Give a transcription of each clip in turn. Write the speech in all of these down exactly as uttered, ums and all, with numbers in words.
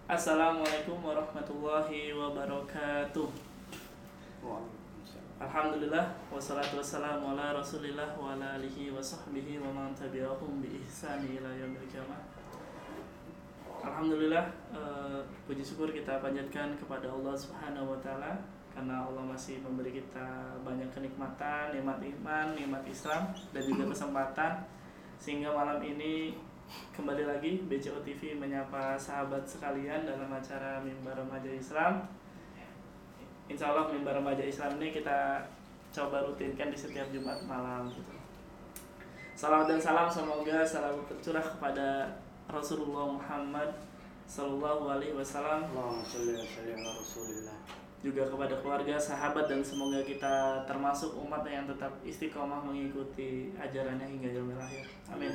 Assalamualaikum warahmatullahi wabarakatuh. Alhamdulillah wassalatu wassalamu ala Rasulillah wa ala alihi wa sahbihi wa man tabi'ahum bi ihsani ila yaumil qiyamah. Alhamdulillah, uh, puji syukur kita panjatkan kepada Allah Subhanahu wa taala karena Allah masih memberi kita banyak kenikmatan, nikmat iman, nikmat Islam dan juga kesempatan sehingga malam ini kembali lagi B C O T V menyapa sahabat sekalian dalam acara Mimbar Remaja Islam. Insya Allah Mimbar Remaja Islam ini kita coba rutinkan di setiap Jumat malam gitu. Salam dan salam semoga selalu tercurah kepada Rasulullah Muhammad Sallallahu Alaihi Wasallam. Allahumma sholli wa sallim ala Rasulillah. Juga kepada keluarga, sahabat, dan semoga kita termasuk umat yang tetap istiqomah mengikuti ajarannya hingga yaumil akhir. Amin.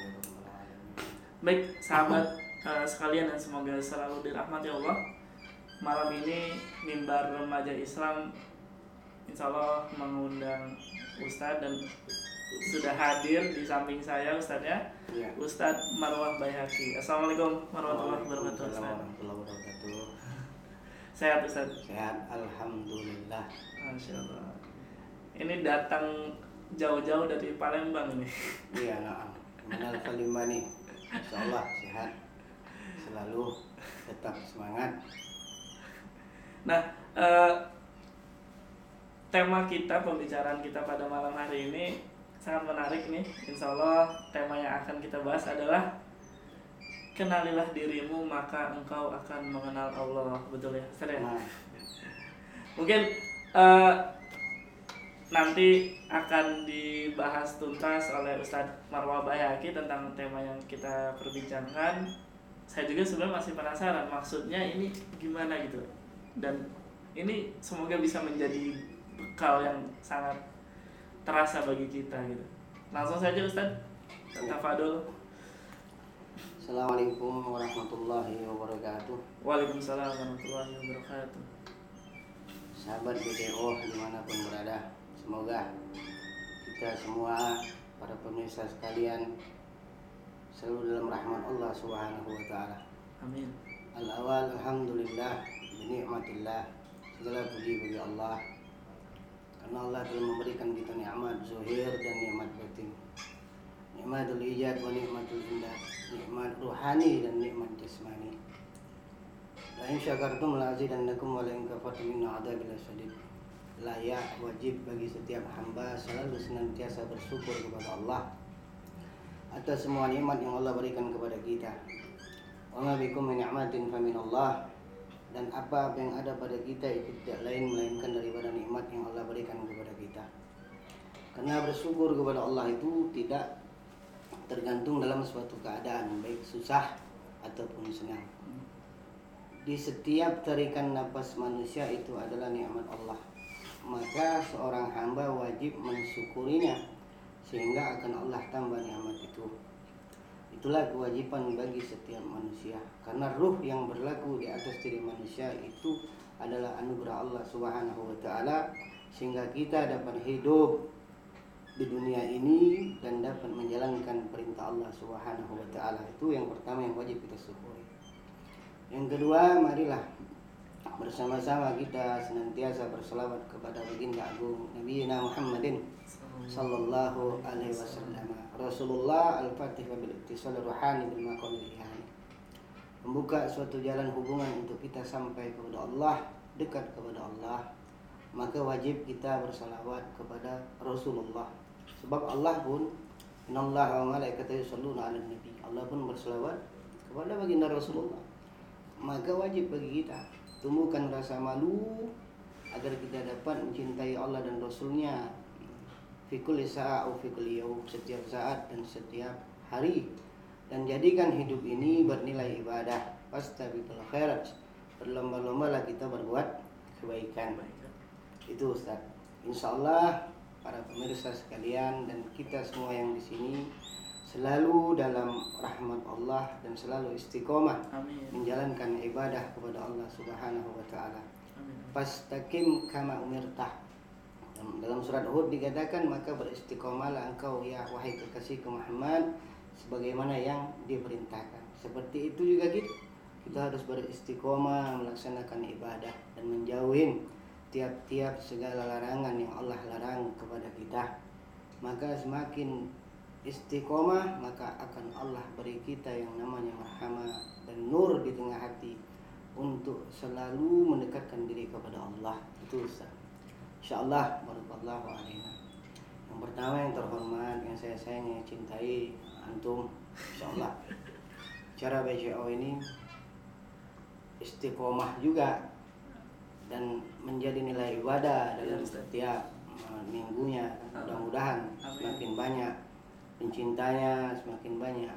Baik sahabat uh, sekalian dan semoga selalu dirahmati Allah. Malam ini Mimbar Remaja Islam insya Allah mengundang Ustadz dan sudah hadir di samping saya Ustadznya ya. Ustadz Marwah Baihaqi. Assalamualaikum warahmatullahi wabarakatuh. Warahmatullahi wabarakatuh. Sehat Ustadz? Sehat, alhamdulillah. Masya Allah. Ini datang jauh-jauh dari Palembang ini. Iya, nah, menal Palembang nih. Insya Allah sehat, selalu tetap semangat. Nah, eh, tema kita, pembicaraan kita pada malam hari ini sangat menarik nih. Insya Allah tema yang akan kita bahas adalah kenalilah dirimu maka engkau akan mengenal Allah. Betul ya? Sering. Nah. Mungkin eh, nanti akan dibahas tuntas oleh Ustadz Marwah Baihaqi tentang tema yang kita perbincangkan. Saya juga sebenarnya masih penasaran maksudnya ini gimana gitu. Dan ini semoga bisa menjadi bekal yang sangat terasa bagi kita gitu. Langsung saja Ustadz, tafadhol. Assalamualaikum warahmatullahi wabarakatuh. Waalaikumsalam warahmatullahi wabarakatuh. Sahabat B C O dimanapun berada, semoga kita semua para pemirsa sekalian selalu dalam rahmat Allah Subhanahu wa taala. Amin. Al-awal alhamdulillah binikmatillah, segala puji bagi Allah karena Allah telah memberikan kita nikmat zuhir dan nikmat batin, nikmatul ijad wa nikmatul imdad, nikmat ruhani dan nikmat jasmani. La in syakartum la azidannakum wa la in kafartum inna adzabi lasyadid. Layak wajib bagi setiap hamba selalu senantiasa bersyukur kepada Allah atas semua nikmat yang Allah berikan kepada kita. Wa ma bikum min ni'matin fa min Allah, dan apa-apa yang ada pada kita itu tidak lain melainkan daripada nikmat yang Allah berikan kepada kita. Karena bersyukur kepada Allah itu tidak tergantung dalam suatu keadaan, baik susah ataupun senang. Di setiap tarikan nafas manusia itu adalah nikmat Allah, maka seorang hamba wajib mensyukurinya sehingga akan Allah tambah nikmat itu. Itulah kewajiban bagi setiap manusia, karena ruh yang berlaku di atas diri manusia itu adalah anugerah Allah Subhanahu wa taala, sehingga kita dapat hidup di dunia ini dan dapat menjalankan perintah Allah Subhanahu wa taala. Itu yang pertama yang wajib kita syukuri. Yang kedua, marilah bersama-sama kita senantiasa berselawat kepada baginda agung Nabi Muhammadin sallallahu alaihi wasallam, Rasulullah al-Fatih wa bil ittisal ruhani bil maqamil ihani. Membuka suatu jalan hubungan untuk kita sampai kepada Allah, dekat kepada Allah, maka wajib kita bersalawat kepada Rasulullah. Sebab Allah pun, innallaha wa malaikatahu yusholluna 'alan nabi. Allah pun bersalawat kepada baginda Rasulullah. Maka wajib bagi kita tumbuhkan rasa malu agar kita dapat mencintai Allah dan Rasulnya fi kulli sa'a wa fi kulli yaum, setiap saat dan setiap hari, dan jadikan hidup ini bernilai ibadah. Fastabiqul khairat, berlomba-lombalah kita berbuat kebaikan. Itu Ustaz. Insyaallah para pemirsa sekalian dan kita semua yang di sini selalu dalam rahmat Allah dan selalu istiqomah Amin. menjalankan ibadah kepada Allah Subhanahu wa taala. Fastaqim kama umirtah. Dalam surat Hud dikatakan, maka beristiqomahlah engkau ya wahai kekasihku Muhammad sebagaimana yang diperintahkan. Seperti itu juga kita Kita harus beristiqomah melaksanakan ibadah dan menjauhin tiap-tiap segala larangan yang Allah larang kepada kita. Maka semakin istiqomah, maka akan Allah beri kita yang namanya marhamah dan nur di tengah hati untuk selalu mendekatkan diri kepada Allah. Itu Ustaz. Insyaallah barakallahu alaina. Yang pertama yang terhormat, yang saya sayang, yang cintai antum, insyaallah. Cara B C O ini istiqomah juga dan menjadi nilai ibadah dalam setiap minggunya. Mudah-mudahan semakin banyak pencintanya, semakin banyak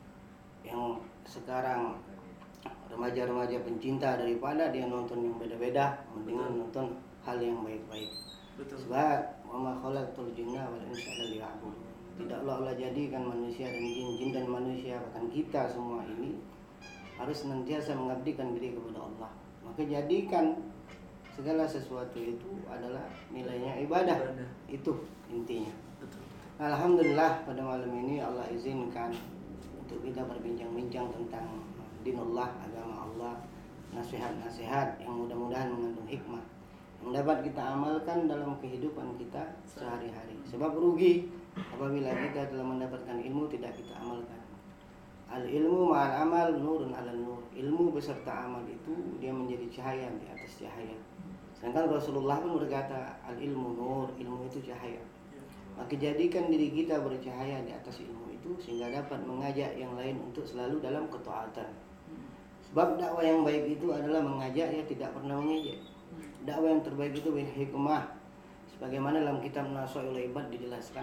yang sekarang remaja-remaja pencinta, daripada dia nonton yang beda-beda, mendingan nonton hal yang baik-baik. Sebab wa ma khalaqtul jinna wal insa illa liya'budun. Tidaklah Allah jadikan manusia dan jin, jin dan manusia, bahkan kita semua ini harus senantiasa mengabdikan diri kepada Allah. Maka jadikan segala sesuatu itu adalah nilainya ibadah. ibadah. Itu intinya. Betul. Alhamdulillah pada malam ini Allah izinkan untuk kita berbincang-bincang tentang dinullah, agama Allah, nasihat-nasihat yang mudah-mudahan mengandung hikmah yang dapat kita amalkan dalam kehidupan kita sehari-hari. Sebab rugi apabila kita telah mendapatkan ilmu tidak kita amalkan. Al ilmu ma'al amal nurun ala nur. Ilmu beserta amal itu dia menjadi cahaya di atas cahaya. Sedangkan Rasulullah pun berkata, al ilmu nur, ilmu itu cahaya. Maka jadikan diri kita bercahaya di atas ilmu itu sehingga dapat mengajak yang lain untuk selalu dalam ketaatan. Sebab dakwah yang baik itu adalah mengajak ya tidak pernah mengejek. Dakwah yang terbaik itu bil hikmah. Sebagaimana dalam kitab Nasihatul Ibad dijelaskan,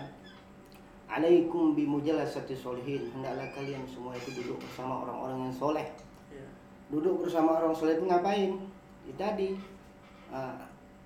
alaikum bimujalasati sholihin, hendaklah kalian semua itu duduk bersama orang-orang yang soleh. Duduk bersama orang soleh itu ngapain? Ya tadi uh,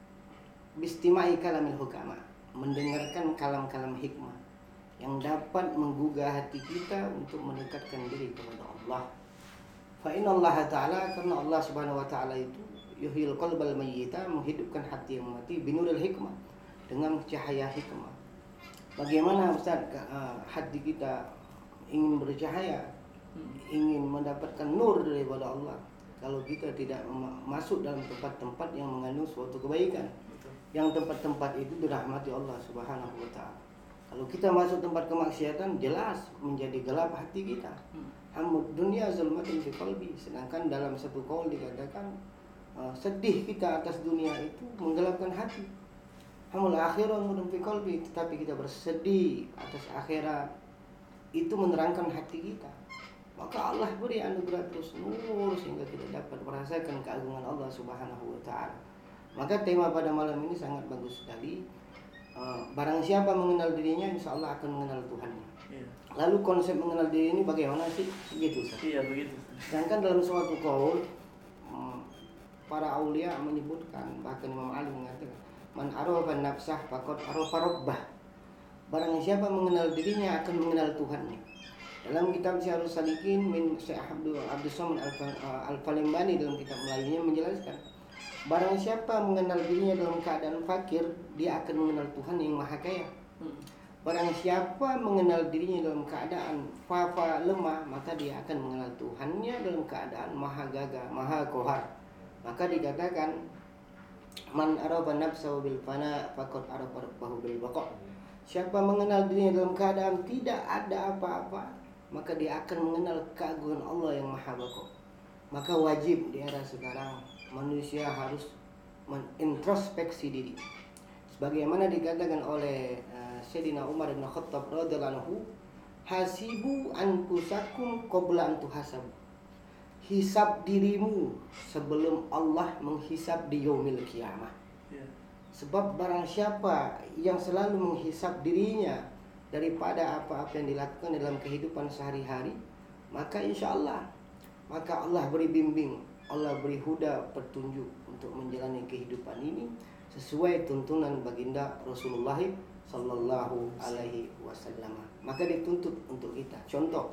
bistimai kalamil hukama, mendengarkan kalam-kalam hikmah yang dapat menggugah hati kita untuk mendekatkan diri kepada Allah. Fa inna Allah Ta'ala, karena Allah Subhanahu wa Ta'ala itu yuhyil qalbal mayyita, menghidupkan hati yang mati, binuril hikmah, dengan cahaya hikmah. Bagaimana Ustaz uh, hati kita ingin bercahaya, ingin mendapatkan nur daripada Allah kalau kita tidak masuk dalam tempat-tempat yang mengandung suatu kebaikan? Yang tempat-tempat itu dirahmati Allah Subhanahu wa Ta'ala. Kalau kita masuk tempat kemaksiatan, jelas menjadi gelap hati kita. Hamud dunia zulmatun fi qalbi. Sedangkan dalam satu qaul dikatakan uh, sedih kita atas dunia itu menggelapkan hati. Hamul akhirah mudun fi qalbi, tetapi kita bersedih atas akhirat itu menerangkan hati kita. Maka Allah beri anugerah terus nur sehingga kita dapat merasakan keagungan Allah Subhanahu wa Ta'ala. Maka tema pada malam ini sangat bagus sekali. Uh, barang siapa mengenal dirinya, insya Allah akan mengenal Tuhannya. Iya. Lalu konsep mengenal diri ini bagaimana sih? Begitu. Iya begitu. Sedangkan dalam suatu qaul, um, para aulia menyebutkan, bahkan Imam Ali mengatakan, man arafa nafsah faqad arafa rabbah. Barang siapa mengenal dirinya akan mengenal Tuhannya. Dalam kitab Syiarus Salikin min Syekh Abdul Abdul Somad Al-Falimbani dalam kitab Melayunya menjelaskan, barang siapa mengenal dirinya dalam keadaan fakir, dia akan mengenal Tuhan yang Maha Kaya. Barang siapa mengenal dirinya dalam keadaan fafa lemah, maka dia akan mengenal Tuhannya dalam keadaan Maha Gagah, Maha Qahar. Maka dikatakan man arafa nafsahu bil fana faqad arafa rabbahu bil baqa. Siapa mengenal dirinya dalam keadaan tidak ada apa-apa, maka dia akan mengenal keagungan Allah yang Maha Baqa. Maka wajib di era sekarang manusia harus menintrospeksi diri. Sebagaimana dikatakan oleh uh, Sayyidina Umar bin Khattab radhiyallahu anhu, hasibu anfusakum qabla an tuhasabu. Hisab dirimu sebelum Allah menghisab di yaumil qiyamah. Yeah. Sebab barang siapa yang selalu menghisab dirinya daripada apa-apa yang dilakukan dalam kehidupan sehari-hari, maka insya Allah, maka Allah beri bimbing, Allah beri huda, petunjuk untuk menjalani kehidupan ini sesuai tuntunan baginda Rasulullah Sallallahu Alaihi Wasallam. Maka dituntut untuk kita. Contoh,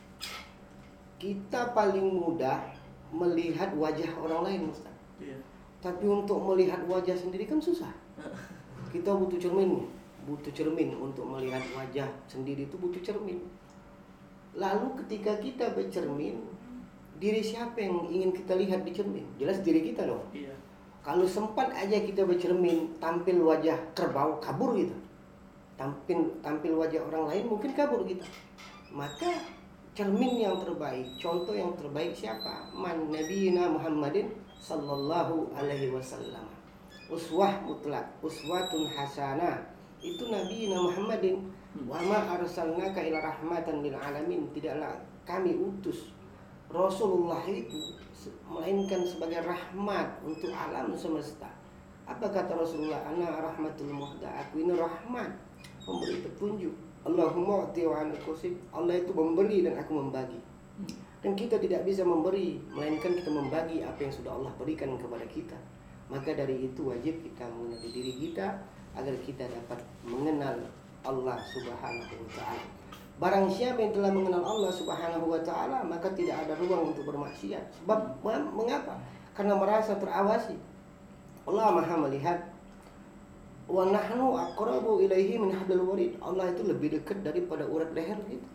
kita paling mudah melihat wajah orang lain, Ustaz. Iya. Tapi untuk melihat wajah sendiri kan susah. Kita butuh cermin, butuh cermin untuk melihat wajah sendiri itu butuh cermin. Lalu ketika kita bercermin, Diri siapa yang ingin kita lihat di cermin? Jelas diri kita dong. Iya. Kalau sempat aja kita bercermin, tampil wajah kerbau, kabur gitu. Tampil tampil wajah orang lain, mungkin kabur kita. Maka cermin yang terbaik, contoh yang terbaik siapa? Man nabiyina Muhammadin sallallahu alaihi wasallam. Uswah mutlak, uswatun hasanah. Itu nabiyina Muhammadin. Wa ma arsalnaka ila rahmatan lil alamin. Tidaklah kami utus Rasulullah itu melainkan sebagai rahmat untuk alam semesta. Apa kata Rasulullah? Ana rahmatul muhda. Aku ini rahmat, memberi petunjuk. Allahumma ati wa ana qasib. Allah itu memberi dan aku membagi. Dan kita tidak bisa memberi melainkan kita membagi apa yang sudah Allah berikan kepada kita. Maka dari itu wajib kita mengenali diri kita agar kita dapat mengenal Allah Subhanahu wa taala. Barang siapa yang telah mengenal Allah Subhanahu wa taala, maka tidak ada ruang untuk bermaksiat. Sebab mengapa? Karena merasa terawasi. Allah Maha melihat. Wa nahnu aqrabu ilaihi min hablil warid. Allah itu lebih dekat daripada urat leher kita.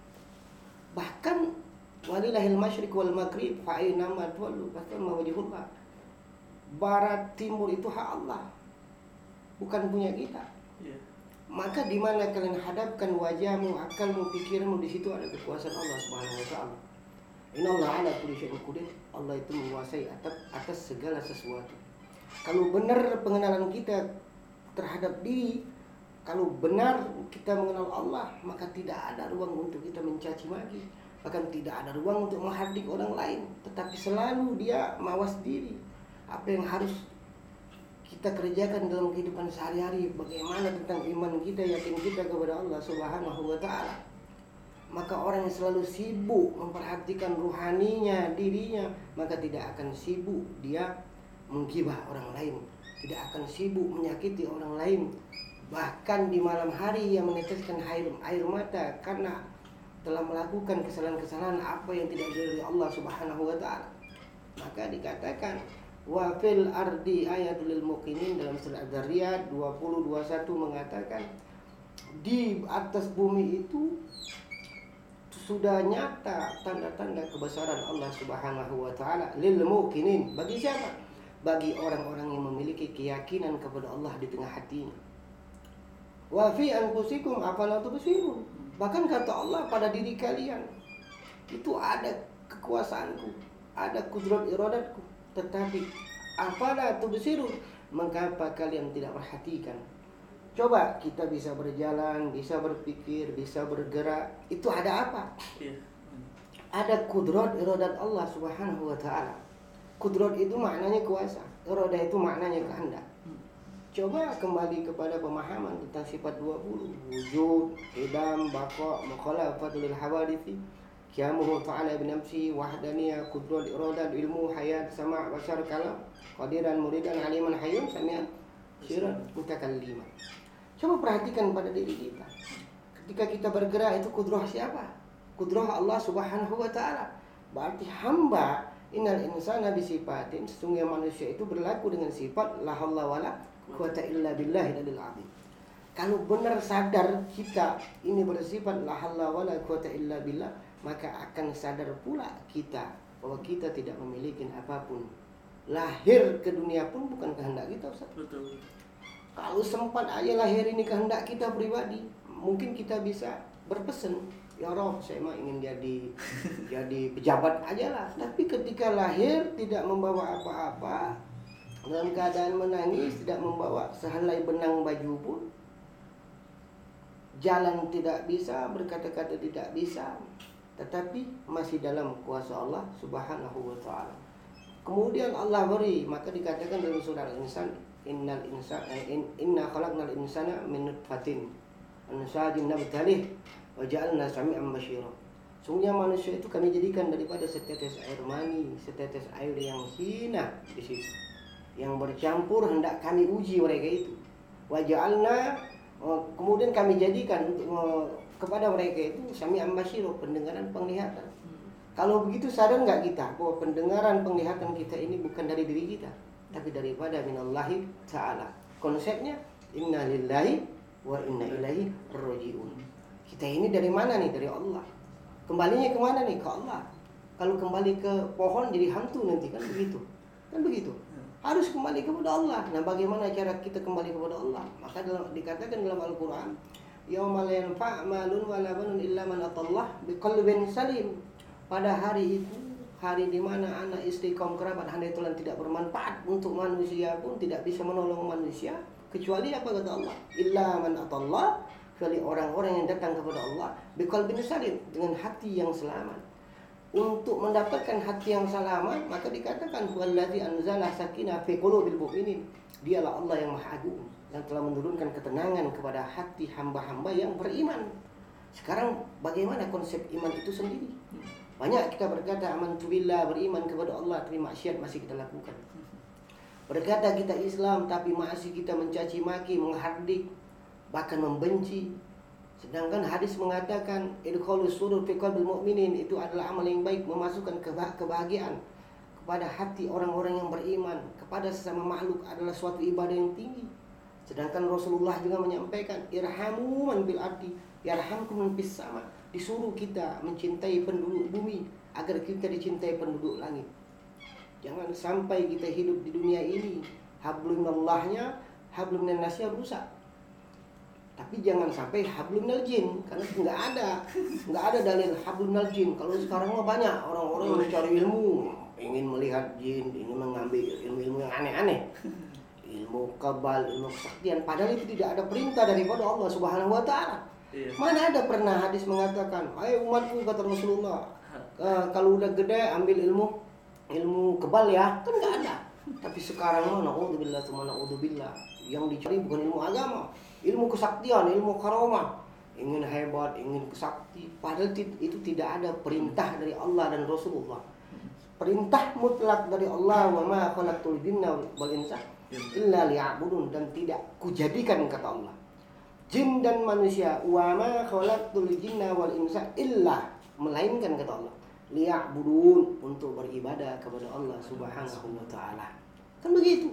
Bahkan walillahil masyriq wal maghrib fa aina ma tuwallu fatamma wajhullah. Barat timur itu hak Allah, bukan punya kita. Yeah. Maka di mana kalian hadapkan wajahmu, akalmu, pikirmu, di situ ada kekuasaan Allah Subhanahu wa taala. Innallaha ala kulli syai'in qadir. Allah itu menguasai atas, atas segala sesuatu. Kalau benar pengenalan kita terhadap diri, kalau benar kita mengenal Allah, maka tidak ada ruang untuk kita mencaci maki, bahkan tidak ada ruang untuk menghardik orang lain, tetapi selalu dia mawas diri. Apa yang harus kita kerjakan dalam kehidupan sehari-hari, bagaimana tentang iman kita, yakin kita kepada Allah Subhanahu wa taala. Maka orang yang selalu sibuk memperhatikan ruhaninya, dirinya, maka tidak akan sibuk dia menggibah orang lain, tidak akan sibuk menyakiti orang lain. Bahkan di malam hari yang meneteskan air, air mata karena telah melakukan kesalahan-kesalahan apa yang tidak diridhoi Allah Subhanahu wa taala. Maka dikatakan wa fil ardi ayatul lil muqinin, dalam surah Az-Zariyat dua puluh dua puluh satu mengatakan di atas bumi itu sudah nyata tanda-tanda kebesaran Allah Subhanahu wa taala lil muqinin. Bagi siapa? Bagi orang-orang yang memiliki keyakinan kepada Allah di tengah hatinya. Wa fi anfusikum afala tubsirun. Bahkan kata Allah, pada diri kalian itu ada kekuasaanku, ada kudrat iradatku, tetapi afala tubsirun, mengapa kalian tidak perhatikan? Coba kita bisa berjalan, bisa berpikir, bisa bergerak, itu ada apa? Ada kudrat iradat Allah Subhanahu wa taala. Kudrat itu maknanya kuasa, iradah itu maknanya kehendak. Coba kembali kepada pemahaman tentang sifat dua puluh, wujud, idam, baqa, mukhalafatul hawadithi, qiyamuhu ta'ala binafsi, wahdaniyah, kudrat, iradat, ilmu, hayat, sama', basar, kalam, qadiran, muridan, aliman, hayyun, sami'an, syiran, mutakalliman. Coba perhatikan pada diri kita. Ketika kita bergerak, itu kudrah siapa? Kudrah Allah Subhanahu wa taala. Berarti hamba, innal insana bisifatin, sesungguhnya manusia itu berlaku dengan sifat la haula wala quwata illa billahil aliyil azim. Kalau benar sadar kita ini bersifat la haula wala quwata illa billah, maka akan sadar pula kita bahwa kita tidak memiliki apapun. Lahir ke dunia pun bukan kehendak kita, Ustaz. Betul. Kalau sempat aja lahir ini kehendak kita pribadi, mungkin kita bisa berpesan, ya Rob, saya mah ingin jadi jadi pejabat aja lah. Tapi ketika lahir tidak membawa apa-apa, dalam keadaan menangis, tidak membawa sehelai benang baju pun, jalan tidak bisa, berkata-kata tidak bisa, tetapi masih dalam kuasa Allah Subhanahu wa taala. Kemudian Allah beri, maka dikatakan dalam surah Al-Insan, innal insana in, inna khalaqnal insana min nutfatin ansajin nabtalih wa ja'alna sami'an basyira. Sungguhnya manusia itu kami jadikan daripada setetes air mani, setetes air yang hina di situ, yang bercampur hendak kami uji mereka itu. Wa ja'alna, kemudian kami jadikan untuk kepada mereka itu sami'an basyira, pendengaran, penglihatan. Kalau begitu sadar nggak kita bahwa pendengaran, penglihatan kita ini bukan dari diri kita, tapi daripada minallahi ta'ala. Konsepnya inna lillahi wa inna ilaihi raji'un. Kita ini dari mana nih? Dari Allah. Kembalinya kemana nih? Ke Allah. Kalau kembali ke pohon jadi hantu nanti, kan begitu. Kan begitu. Harus kembali kepada Allah. Nah, bagaimana cara kita kembali kepada Allah? Maka dalam, dikatakan dalam Al-Qur'an, yauma la yanfa' malun wala banun illa man atallah biqalbin salim. Pada hari itu, hari di mana anak, istri, kaum kerabat, handai Tuhan tidak bermanfaat untuk manusia pun, tidak bisa menolong manusia, kecuali apa kata Allah? Illa man atallah, kecuali orang-orang yang datang kepada Allah biqalbin salim, dengan hati yang selamat. Untuk mendapatkan hati yang selamat, maka dikatakan huwallazi anzala sakinah fi qulubil mu'minin. Dialah Allah yang Maha Agung yang telah menurunkan ketenangan kepada hati hamba-hamba yang beriman. Sekarang bagaimana konsep iman itu sendiri? Banyak kita berkata amantu billah, beriman kepada Allah, tapi maksiat masih kita lakukan. Berkata kita Islam, tapi masih kita mencaci maki, menghardik, bahkan membenci. Sedangkan hadis mengatakan idkhalus surur fi qalbil mu'minin, itu adalah amal yang baik, memasukkan kebahagiaan kepada hati orang-orang yang beriman, kepada sesama makhluk adalah suatu ibadah yang tinggi. Sedangkan Rasulullah juga menyampaikan irhamu man bil ardi yarhamkum man fis sama. Disuruh kita mencintai penduduk bumi agar kita dicintai penduduk langit. Jangan sampai kita hidup di dunia ini hablum minallahnya, hablum minannasnya rusak. Tapi jangan sampai hablum minal jin, karena nggak ada, nggak ada dalil hablum minal jin. Kalau sekarang mah banyak orang-orang yang mencari ilmu, ingin melihat jin, ingin mengambil ilmu-ilmu yang aneh-aneh, ilmu kabal, ilmu kesaktian. Padahal itu tidak ada perintah daripada Allah Subhanahu Wa Taala. Mana ada pernah hadis mengatakan, ayo umatku, kata Rasulullah, e, kalau udah gede ambil ilmu ilmu kebal ya, kan nggak ada. Tapi sekarang mah naudzubillah tsumma naudzubillah, yang dicari bukan ilmu agama, ilmu kesaktian, ilmu karomah, ingin hebat, ingin kesakti. Padahal itu tidak ada perintah dari Allah dan Rasulullah. Perintah mutlak dari Allah, wa ma khalaqtul jinna wal insa illa liya'budun, dan tidak kujadikan kata Allah jin dan manusia, wa ma khalaqtul jinna wal insa illa, melainkan kata Allah liya'budun, untuk beribadah kepada Allah Subhanahu wa taala. Kan begitu.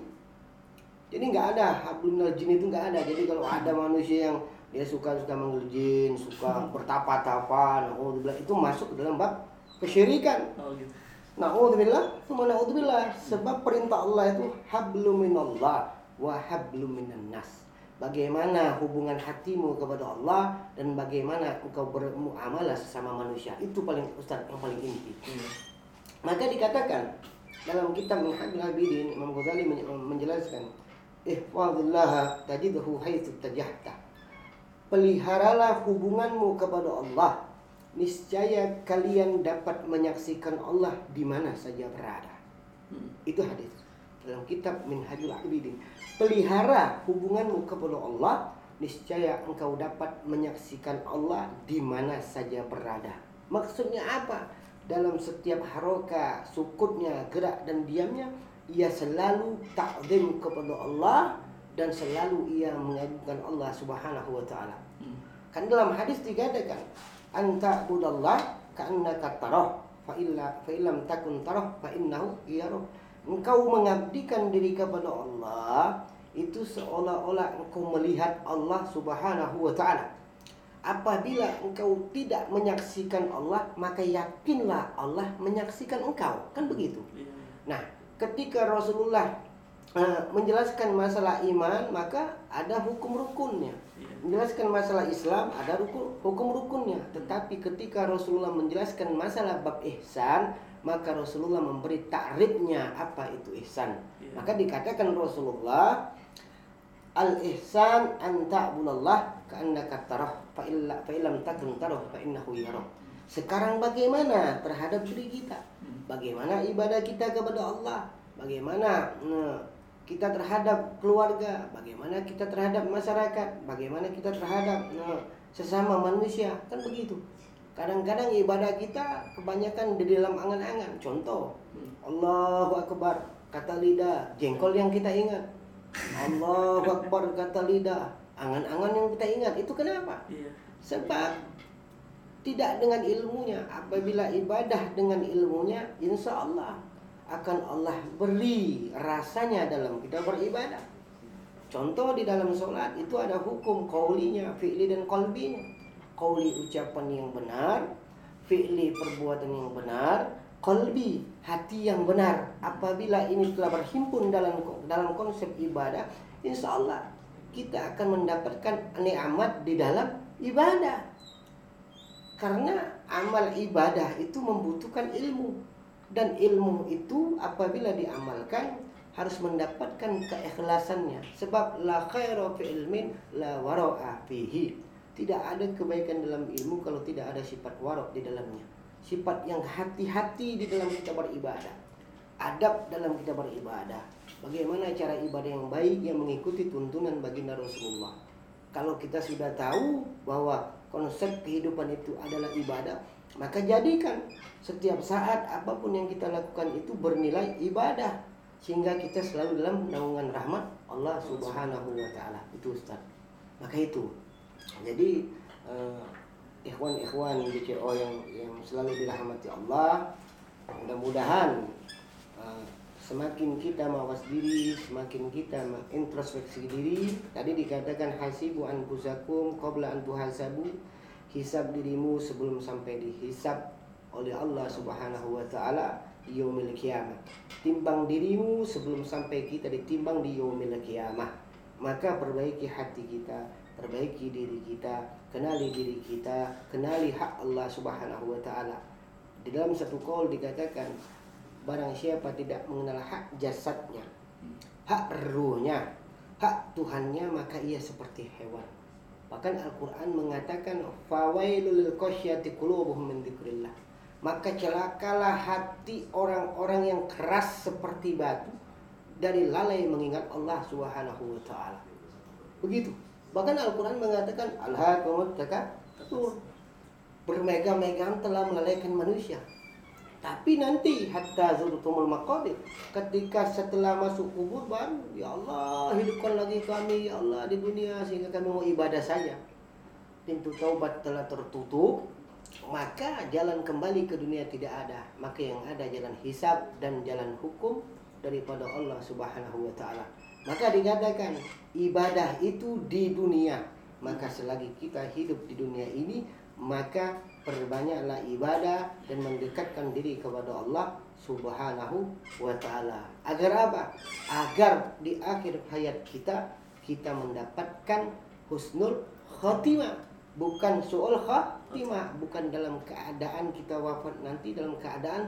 Jadi nggak ada hablum minal jin, itu nggak ada. Jadi kalau ada manusia yang dia suka-suka manggil jin, suka bertapa-tapa, naudzubillah, itu masuk ke dalam bab kesyirikan. Oh gitu. Naudzubillah, tsumma naudzubillah. Sebab perintah Allah itu hablum minallah wa hablum minan nas. Bagaimana hubungan hatimu kepada Allah dan bagaimana engkau bermuamalah sesama manusia, itu paling ustaz, yang paling inti. Hmm. Maka dikatakan dalam kitab Minhajul Abidin, Imam Ghazali menjelaskan, ihfazillah tajidhu haitsu tajahta. Peliharalah hubunganmu kepada Allah, niscaya kalian dapat menyaksikan Allah di mana saja berada. Hmm. Itu hadis dalam kitab Minhajul Abidin. Pelihara hubunganmu kepada Allah, niscaya engkau dapat menyaksikan Allah di mana saja berada. Maksudnya apa? Dalam setiap haroka, sukutnya, gerak dan diamnya, ia selalu ta'zim kepada Allah dan selalu ia mengagungkan Allah Subhanahu wa taala. Hmm. Kan dalam hadis dikatakan, anta budallah ka'annaka tarah, fa illa fa illam takun tarah fa innahu yarah. Engkau mengabdikan diri kepada Allah, itu seolah-olah engkau melihat Allah Subhanahu wa taala. Apabila engkau tidak menyaksikan Allah, maka yakinlah Allah menyaksikan engkau. Kan begitu. Nah, ketika Rasulullah uh, menjelaskan masalah iman, maka ada hukum rukunnya. Menjelaskan masalah Islam, ada rukun, hukum rukunnya. Tetapi ketika Rasulullah menjelaskan masalah bab ihsan, maka Rasulullah memberi takrifnya apa itu ihsan. Maka dikatakan Rasulullah, al-ihsan an ta'budallah ka'annaka tarah fa illa fa illam takun tarah fa innahu yarah. Sekarang bagaimana terhadap diri kita? Bagaimana ibadah kita kepada Allah? Bagaimana nah, kita terhadap keluarga? Bagaimana kita terhadap masyarakat? Bagaimana kita terhadap nah, sesama manusia? Kan begitu. Kadang-kadang ibadah kita kebanyakan di dalam angan-angan. Contoh, Allahu Akbar, kata lidah, jengkol yang kita ingat. Allahu Akbar, kata lidah, angan-angan yang kita ingat. Itu kenapa? Sebab tidak dengan ilmunya. Apabila ibadah dengan ilmunya, insya Allah akan Allah beri rasanya dalam kita beribadah. Contoh di dalam sholat itu ada hukum qaulinya, fi'li dan qalbinya. Qauli ucapan yang benar, fi'li perbuatan yang benar, qalbi, hati yang benar. Apabila ini telah berhimpun dalam dalam konsep ibadah, insya Allah kita akan mendapatkan nikmat di dalam ibadah. Karena amal ibadah itu membutuhkan ilmu, dan ilmu itu apabila diamalkan harus mendapatkan keikhlasannya. Sebab la khaira fi ilmin la wara'a fihi. Tidak ada kebaikan dalam ilmu kalau tidak ada sifat wara' di dalamnya. Sifat yang hati-hati di dalam kita beribadah, adab dalam kita beribadah. Bagaimana cara ibadah yang baik yang mengikuti tuntunan baginda Rasulullah. Kalau kita sudah tahu bahwa konsep kehidupan itu adalah ibadah, maka jadikan setiap saat apapun yang kita lakukan itu bernilai ibadah, sehingga kita selalu dalam naungan rahmat Allah Subhanahu wa taala. Itu Ustaz. Maka itu. Jadi uh, ikhwan-ikhwan B C O yang yang selalu dirahmati Allah, mudah-mudahan uh, semakin kita mawas diri, semakin kita introspeksi diri. Tadi dikatakan hasibu anfusakum qabla an tuhasabu, hisab dirimu sebelum sampai dihisab oleh Allah Subhanahu wa taala di yaumil kiamat. Timbang dirimu sebelum sampai kita ditimbang di yaumil kiamat. Maka perbaiki hati kita, perbaiki diri kita, kenali diri kita, kenali hak Allah Subhanahu wa taala. Di dalam satu qaul dikatakan, barang siapa tidak mengenal hak jasadnya, hak ruhnya, hak Tuhannya, maka ia seperti hewan. Bahkan Al-Quran mengatakan fawailul lil qasyati qulubuhum min dzikrillah. Maka celakalah hati orang-orang yang keras seperti batu dari lalai mengingat Allah Subhanahu wa taala. Begitu. Bahkan Al-Quran mengatakan alhaakumut takatsur. Bermegah-megah telah melalaikan manusia. Tapi nanti hatta zurtumul maqabir, ketika setelah masuk kubur baru ya Allah hidupkan lagi kami ya Allah di dunia sehingga kami mau ibadah saja. Pintu taubat telah tertutup, maka jalan kembali ke dunia tidak ada. Maka yang ada jalan hisab dan jalan hukum daripada Allah Subhanahu wa taala. Maka dikatakan ibadah itu di dunia. Maka selagi kita hidup di dunia ini, maka perbanyaklah ibadah dan mendekatkan diri kepada Allah Subhanahu wa taala. Agar apa? Agar di akhir hayat kita kita mendapatkan husnul khotimah, bukan su'ul khotimah, bukan dalam keadaan kita wafat nanti dalam keadaan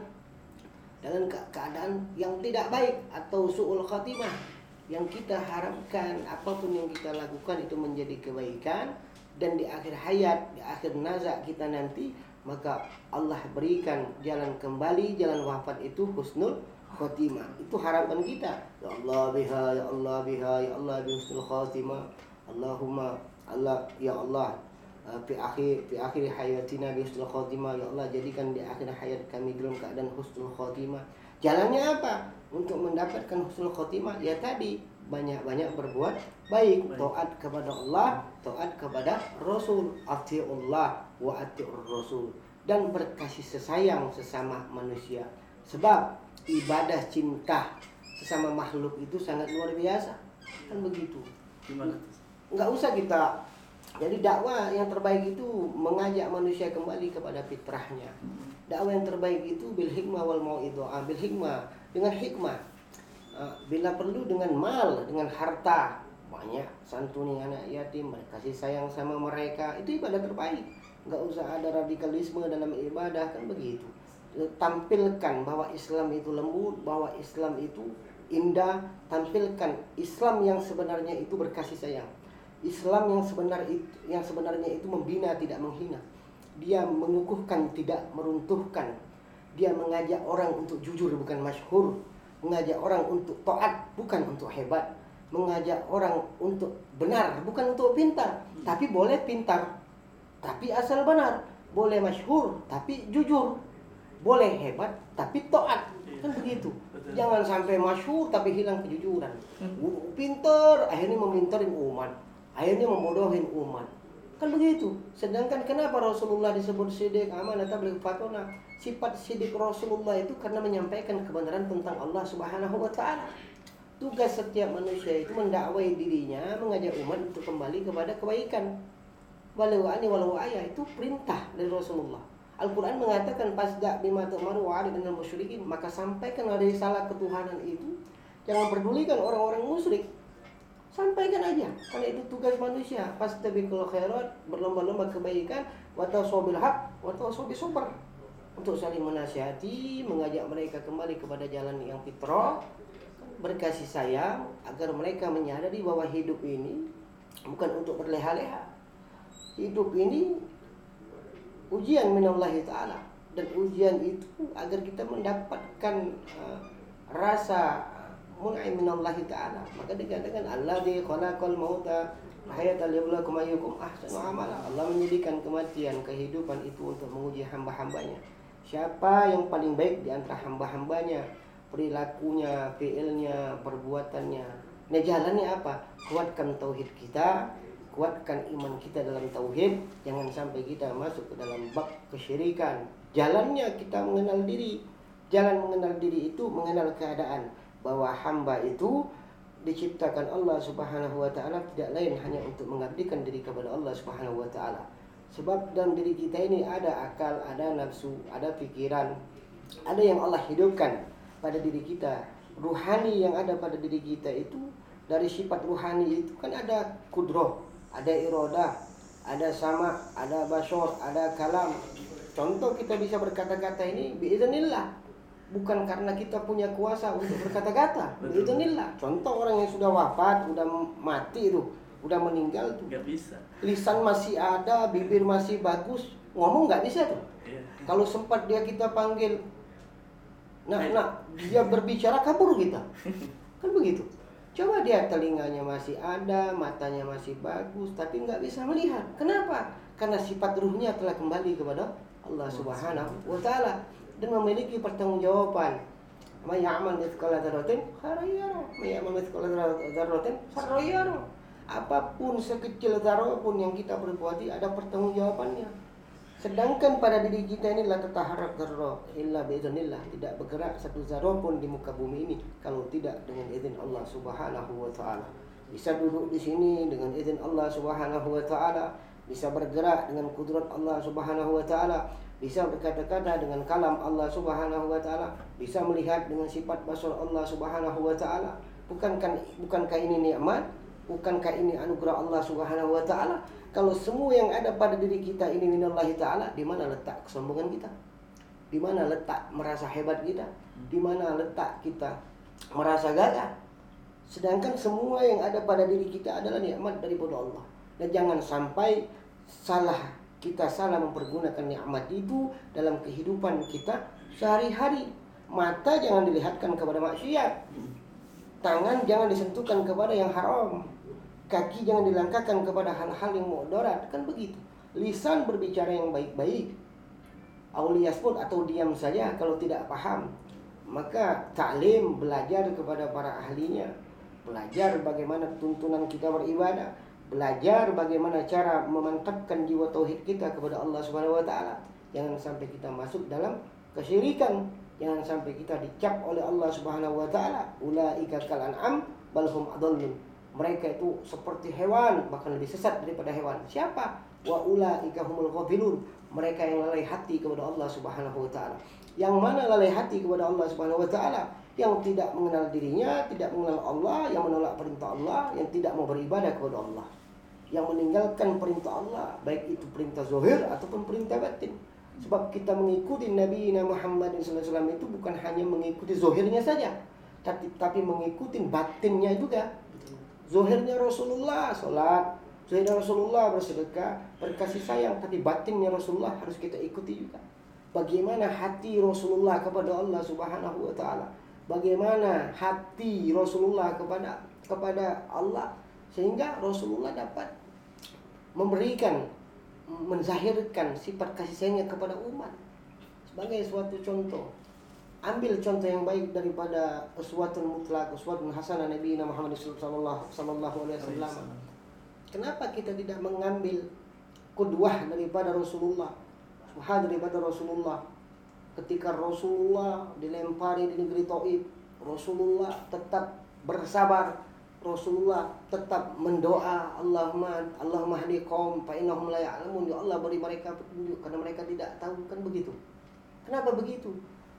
dalam keadaan yang tidak baik atau su'ul khotimah. Yang kita harapkan apapun yang kita lakukan itu menjadi kebaikan, dan di akhir hayat, di akhir nazak kita nanti, maka Allah berikan jalan kembali, jalan wafat itu husnul khotimah. Itu harapan kita. Ya Allah biha, ya Allah biha, ya Allah bi husnul khotimah. Allahumma Allah, ya Allah fi akhir fi akhir hayatina bi husnul khotimah. Ya Allah jadikan di akhir hayat kami dalam keadaan husnul khotimah. Jalannya apa? Untuk mendapatkan husnul khotimah, ya tadi banyak-banyak berbuat baik, taat kepada Allah, taat kepada Rasul, atiullah wa atiur Rasul, dan berkasih sesayang sesama manusia. Sebab ibadah cinta sesama makhluk itu sangat luar biasa. Kan begitu. Gimana? Enggak usah kita. Jadi dakwah yang terbaik itu mengajak manusia kembali kepada fitrahnya. Dakwah yang terbaik itu bil hikmah wal mau'idhah, bil hikmah, dengan hikmah. Bila perlu dengan mal, dengan harta, banyak santuni anak yatim, kasih sayang sama mereka, itu ibadah terbaik. Enggak usah ada radikalisme dalam ibadah, kan begitu. Tampilkan bahwa Islam itu lembut, bahwa Islam itu indah, tampilkan Islam yang sebenarnya itu berkasih sayang. Islam yang sebenar itu, yang sebenarnya itu membina tidak menghina. Dia mengukuhkan tidak meruntuhkan. Dia mengajak orang untuk jujur bukan masyhur, mengajak orang untuk taat bukan untuk hebat, mengajak orang untuk benar bukan untuk pintar. Tapi boleh pintar tapi asal benar, boleh masyhur tapi jujur, boleh hebat tapi taat. Kan begitu. Jangan sampai masyhur tapi hilang kejujuran. Pintar akhirnya memintarin umat, akhirnya membodohin umat. Kan begitu. Sedangkan kenapa Rasulullah disebut sidik amanah tabligh fatona? Sifat sidik Rasulullah itu karena menyampaikan kebenaran tentang Allah Subhanahu wa taala. Tugas setiap manusia itu mendakwai dirinya, mengajak umat untuk kembali kepada kebaikan. Walau ani walau ayah, itu perintah dari Rasulullah. Al-Quran mengatakan fasda' bima tu'maru wa'rid anil musyrikin, maka sampaikan dari salah ketuhanan itu. Jangan pedulikan orang-orang musyrik. Sampaikan aja, karena itu tugas manusia. Fastabiqul khairat, berlomba-lomba kebaikan, wa tawassaw bil haq, wa tawassaw bis sabr. Untuk saling menasihati, mengajak mereka kembali kepada jalan yang fitrah, berkasih sayang, agar mereka menyadari bahwa hidup ini bukan untuk berleha-leha. Hidup ini ujian minallahi ta'ala, dan ujian itu agar kita mendapatkan uh, rasa mun'im minallahi ta'ala. Maka dikatakan alladzi khalaqal mauta hayata liyabluwakum ayyukum ahsanu amala. Allah menjadikan kematian, kehidupan itu untuk menguji hamba-hambanya. Siapa yang paling baik di antara hamba-hambanya, perilakunya, fiilnya, perbuatannya. Nah, jalannya apa? Kuatkan tauhid kita, kuatkan iman kita dalam tauhid. Jangan sampai kita masuk ke dalam bab kesyirikan. Jalannya kita mengenal diri. Jalan mengenal diri itu mengenal keadaan bahwa hamba itu diciptakan Allah Subhanahu wa taala tidak lain hanya untuk mengabdikan diri kepada Allah Subhanahu wa taala. Sebab dalam diri kita ini ada akal, ada nafsu, ada pikiran, ada yang Allah hidupkan pada diri kita. Ruhani yang ada pada diri kita itu, dari sifat ruhani itu kan ada kudroh, ada iradah, ada sama, ada basor, ada kalam. Contoh kita bisa berkata-kata ini biiznillah, bukan karena kita punya kuasa untuk berkata-kata. Biiznillah. Contoh orang yang sudah wafat, sudah mati itu, udah meninggal tuh, nggak bisa. Lisan masih ada, bibir masih bagus, ngomong nggak bisa tuh. Iya. Kalau sempat dia kita panggil, nah, nah dia berbicara kabur kita, kan begitu. Coba dia telinganya masih ada, matanya masih bagus, tapi nggak bisa melihat. Kenapa? Karena sifat ruhnya telah kembali kepada Allah Subhanahu wa taala dan memiliki pertanggungjawaban. May ya'mal mithqala dzarratin khairan yarah, may ya'mal mithqala dzarratin syarran yarah. Apapun sekecil zarah pun yang kita perbuati ada pertanggungjawabannya. Sedangkan pada diri kita ini la tataharrak dzarrah illa biiznillah, tidak bergerak satu zarah pun di muka bumi ini kalau tidak dengan izin Allah Subhanahu wa taala. Bisa duduk di sini dengan izin Allah Subhanahu wa taala, bisa bergerak dengan kudrat Allah Subhanahu wa taala, bisa berkata-kata dengan kalam Allah Subhanahu wa taala, bisa melihat dengan sifat basar Allah Subhanahu wa taala. Bukankah bukankah ini nikmat? Bukankah ini anugerah Allah Subhanahu wa taala? Kalau semua yang ada pada diri kita ini minallahi taala, di mana letak kesombongan kita? Di mana letak merasa hebat kita? Di mana letak kita merasa gagah? Sedangkan semua yang ada pada diri kita adalah nikmat daripada Allah. Dan jangan sampai salah kita salah mempergunakan nikmat itu dalam kehidupan kita sehari-hari. Mata jangan dilihatkan kepada maksiat. Tangan jangan disentuhkan kepada yang haram. Kaki jangan dilangkahkan kepada hal-hal yang mudarat, kan begitu. Lisan berbicara yang baik-baik. Auliyas pun atau diam saja kalau tidak paham. Maka ta'lim, belajar kepada para ahlinya. Belajar bagaimana tuntunan kita beribadah. Belajar bagaimana cara memantapkan jiwa tauhid kita kepada Allah Subhanahu wa taala. Jangan sampai kita masuk dalam kesyirikan. Jangan sampai kita dicap oleh Allah Subhanahu wa taala, ulaika kal an'am bal hum adallun. Mereka itu seperti hewan, bahkan lebih sesat daripada hewan. Siapa? Wa ulaika humul ghafilun. Mereka yang lalai hati kepada Allah Subhanahu wa taala. Yang mana lalai hati kepada Allah Subhanahu wa taala? Yang tidak mengenal dirinya, tidak mengenal Allah, yang menolak perintah Allah, yang tidak mau beribadah kepada Allah. Yang meninggalkan perintah Allah, baik itu perintah zahir ataupun perintah batin. Sebab kita mengikuti Nabi Muhammad shallallahu alaihi wasallam itu bukan hanya mengikuti zahirnya saja, tapi tapi mengikuti batinnya juga. Zahirnya Rasulullah salat, zahirnya Rasulullah bersedekah, berkasih sayang, tapi batinnya Rasulullah harus kita ikuti juga. Bagaimana hati Rasulullah kepada Allah Subhanahu wa taala? Bagaimana hati Rasulullah kepada kepada Allah sehingga Rasulullah dapat memberikan, menzahirkan sifat kasih sayangnya kepada umat. Sebagai suatu contoh, ambil contoh yang baik daripada uswatun mutlak, uswatun hasanah Nabi Muhammad sallallahu alaihi wasallam. Kenapa kita tidak mengambil qudwah daripada Rasulullah, suhad daripada Rasulullah? Ketika Rasulullah dilempari di negeri Taif, Rasulullah tetap bersabar, Rasulullah tetap mendoa, Allahumma Allahumma hdi qaum fa innahum la ya'lamun, ya Allah beri mereka petunjuk karena mereka tidak tahu, kan begitu. Kenapa begitu?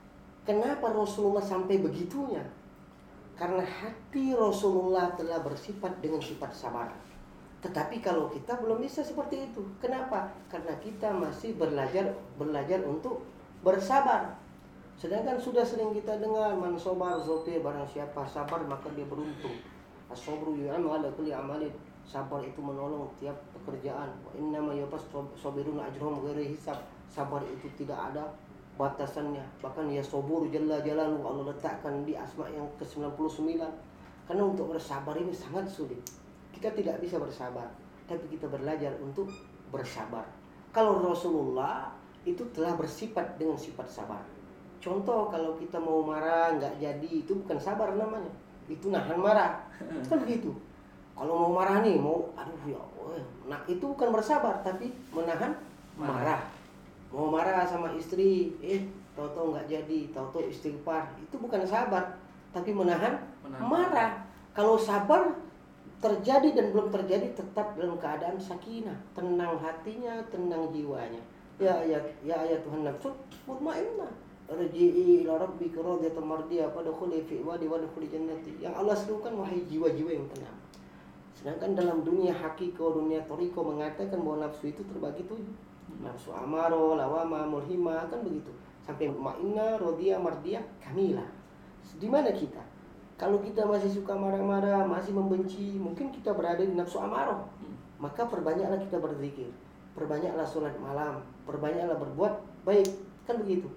Kenapa Rasulullah sampai begitunya? Karena hati Rasulullah telah bersifat dengan sifat sabar. Tetapi kalau kita belum bisa seperti itu. Kenapa? Karena kita masih belajar belajar untuk bersabar. Sedangkan sudah sering kita dengar man sabar zote, barang siapa sabar maka dia beruntung. As-sabru yu'anu ala kulli amalin. Sabar itu menolong tiap pekerjaan. Wa innama yafas sabiruna ajrahum ghairi hisab. Sabar itu tidak ada batasannya. Bahkan ya sabur jalla jalaluhu Allah letakkan di asma yang ke sembilan puluh sembilan. Karena untuk bersabar ini sangat sulit. Kita tidak bisa bersabar, tapi kita belajar untuk bersabar. Kalau Rasulullah itu telah bersifat dengan sifat sabar. Contoh kalau kita mau marah nggak jadi, itu bukan sabar namanya. Itu nahan marah, kan begitu. Kalau mau marah nih, mau aduh ya Allah, nah itu bukan bersabar, tapi menahan marah. Mau marah sama istri, eh tahu-tahu nggak jadi, tahu-tahu istighfar, itu bukan sabar, tapi menahan, menahan marah. Kalau sabar terjadi dan belum terjadi tetap dalam keadaan sakinah, tenang hatinya, tenang jiwanya. Ya ya ya ya Tuhan nafsu mutmainnah. Rji'i ila rabbika radiyatan mardiyah fadkhuli fi ibadi wadkhuli jannati. Yang Allah serukan wahai jiwa-jiwa yang tenang. Sedangkan dalam dunia hakiki, dunia toriko mengatakan bahwa nafsu itu terbagi tujuh. Nafsu amaro, lawama, mulhima, kan begitu. Sampai ma'inna, radiyah, mardiyah, kamilah. Di mana kita? Kalau kita masih suka marah-marah, masih membenci, mungkin kita berada di nafsu amaro. Maka perbanyaklah kita berzikir, perbanyaklah sholat malam, perbanyaklah berbuat baik, kan begitu.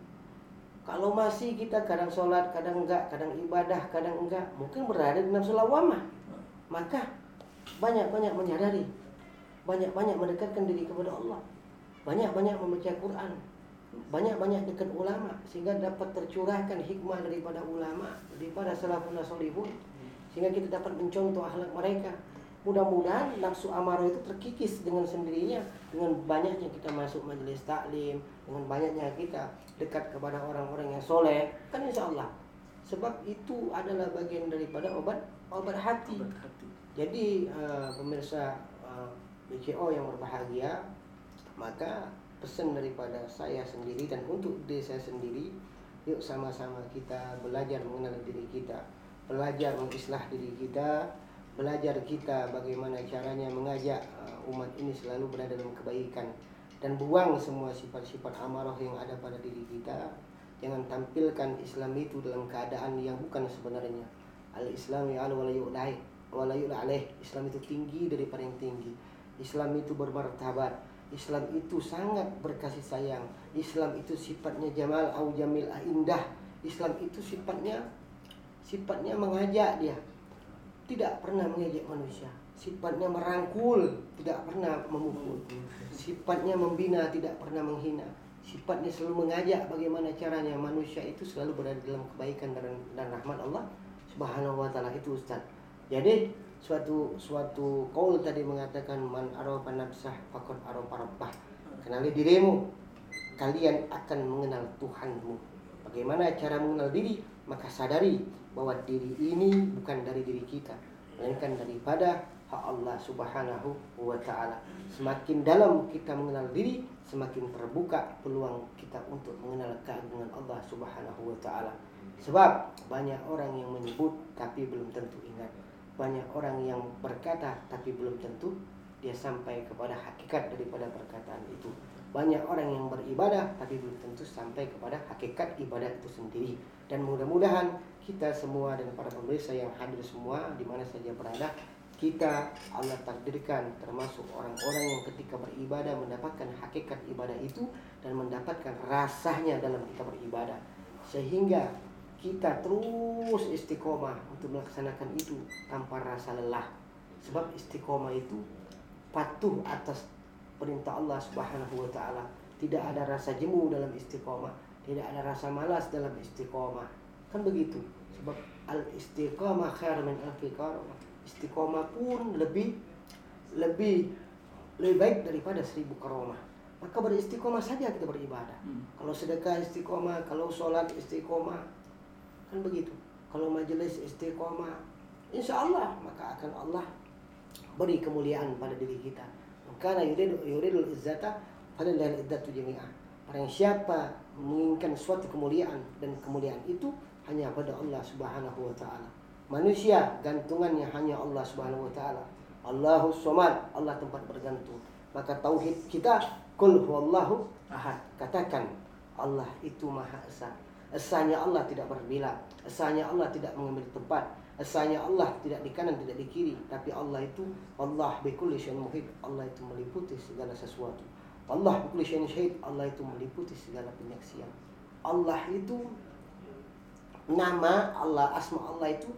Kalau masih kita kadang sholat, kadang enggak, kadang ibadah, kadang enggak, mungkin berada di nafsu lawamah. Maka banyak-banyak menyadari, banyak-banyak mendekatkan diri kepada Allah, banyak-banyak membaca Quran, banyak-banyak dekat ulama, sehingga dapat tercurahkan hikmah daripada ulama, daripada salafun salihun, sehingga kita dapat mencontoh akhlak mereka. Mudah-mudahan nafsu amarah itu terkikis dengan sendirinya, dengan banyaknya kita masuk majelis taklim, dengan banyaknya kita dekat kepada orang-orang yang soleh, kan insya Allah. Sebab itu adalah bagian daripada obat obat hati. Obat hati. Jadi uh, pemirsa uh, B C O yang berbahagia, maka pesan daripada saya sendiri dan untuk diri saya sendiri, yuk sama-sama kita belajar mengenal diri kita, belajar mengislah diri kita, belajar kita bagaimana caranya mengajak uh, umat ini selalu berada dalam kebaikan, dan buang semua sifat-sifat amarah yang ada pada diri kita. Jangan tampilkan Islam itu dalam keadaan yang bukan sebenarnya. Al-Islam ya'lu wa la yu'lai wa la yu'laih. Islam itu tinggi daripada yang tinggi. Islam itu bermartabat. Islam itu sangat berkasih sayang. Islam itu sifatnya jamal au jamil, indah. Islam itu sifatnya sifatnya mengajak dia. Tidak pernah mengejek manusia. Sifatnya merangkul, tidak pernah memukul. Sifatnya membina, tidak pernah menghina. Sifatnya selalu mengajak bagaimana caranya manusia itu selalu berada dalam kebaikan dan, dan rahmat Allah Subhanahu wa taala itu, Ustaz. Jadi suatu suatu qaul tadi mengatakan man arafa nafsah faqad arafa rabbah. Kenali dirimu, kalian akan mengenal Tuhanmu. Bagaimana cara mengenal diri? Maka sadari bahwa diri ini bukan dari diri kita, melainkan daripada hak Allah Subhanahu wa taala. Semakin dalam kita mengenal diri, semakin terbuka peluang kita untuk mengenal keagungan Allah Subhanahu wa taala. Sebab banyak orang yang menyebut tapi belum tentu ingat. Banyak orang yang berkata tapi belum tentu dia sampai kepada hakikat daripada perkataan itu. Banyak orang yang beribadah tapi belum tentu sampai kepada hakikat ibadah itu sendiri. Dan mudah-mudahan kita semua dan para pemirsa yang hadir semua di mana saja berada, kita Allah takdirkan termasuk orang-orang yang ketika beribadah mendapatkan hakikat ibadah itu dan mendapatkan rasanya dalam kita beribadah, sehingga kita terus istiqomah untuk melaksanakan itu tanpa rasa lelah. Sebab istiqomah itu patuh atas perintah Allah Subhanahu wa taala. Tidak ada rasa jemu dalam istiqomah, tidak ada rasa malas dalam istiqomah. Kan begitu. Sebab al-istiqomah khair min al-fiqamah. Istiqomah pun lebih lebih lebih baik daripada seribu karomah. Maka beristiqomah saja kita beribadah. Hmm. Kalau sedekah istiqomah, kalau sholat istiqomah, kan begitu. Kalau majelis istiqomah, insya Allah maka akan Allah beri kemuliaan pada diri kita. Karena yuridu yuridul izzata falillahi izzatu jami'ah. Barang siapa menginginkan suatu kemuliaan, dan kemuliaan itu hanya pada Allah Subhanahu wa taala. Manusia gantungannya hanya Allah Subhanahu wa taala. Allahus Samad, Allah tempat bergantung. Maka tauhid kita qul huwallahu ahad. Katakan Allah itu Maha Esa. Esanya Allah tidak berbila, esanya Allah tidak mengambil tempat, esanya Allah tidak di kanan, tidak di kiri, tapi Allah itu Allah bikulli syai'in muhit. Allah itu meliputi segala sesuatu. Allah bikulli syai'in syahid. Allah itu meliputi segala penyaksian. Allah itu nama Allah, asma Allah itu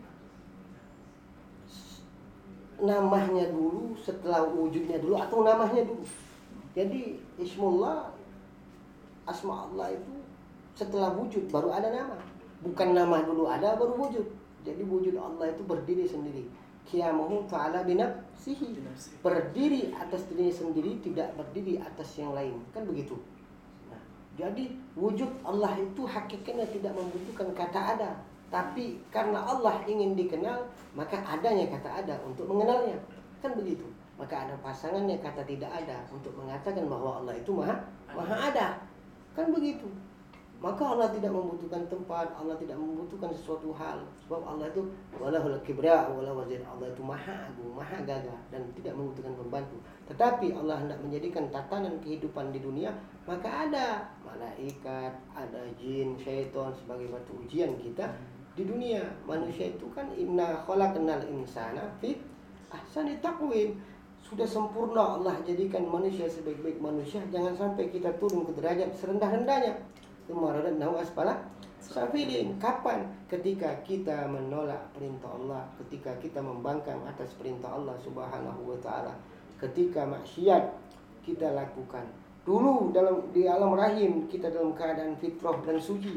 namanya dulu setelah wujudnya dulu, atau namanya dulu. Jadi ismullah, asma Allah itu setelah wujud baru ada nama. Bukan nama dulu ada baru wujud. Jadi wujud Allah itu berdiri sendiri. Qiyamuhu ta'ala binafsihi. Berdiri atas dirinya sendiri, tidak berdiri atas yang lain. Kan begitu. Nah, jadi wujud Allah itu hakikatnya tidak membutuhkan kata ada. Tapi karena Allah ingin dikenal, maka adanya kata ada untuk mengenalnya. Kan begitu. Maka ada pasangannya kata tidak ada untuk mengatakan bahwa Allah itu maha, maha ada. Kan begitu. Maka Allah tidak membutuhkan tempat, Allah tidak membutuhkan sesuatu hal. Sebab Allah itu walahul kibriya wala wazir. Allah itu maha agung, maha gagah, dan tidak membutuhkan pembantu. Tetapi Allah hendak menjadikan tatanan kehidupan di dunia, maka ada malaikat, ada jin, syaitan sebagai batu ujian kita di dunia. Manusia itu kan inna khalaqnal insana fi ahsani taqwim. Sudah sempurna Allah jadikan manusia sebaik-baik manusia. Jangan sampai kita turun ke derajat serendah-rendahnya. Tumaradnahu asfala safilin. Kapan? Ketika kita menolak perintah Allah, ketika kita membangkang atas perintah Allah Subhanahu wa taala, ketika maksiat kita lakukan. Dulu dalam di alam rahim kita dalam keadaan fitrah dan suci.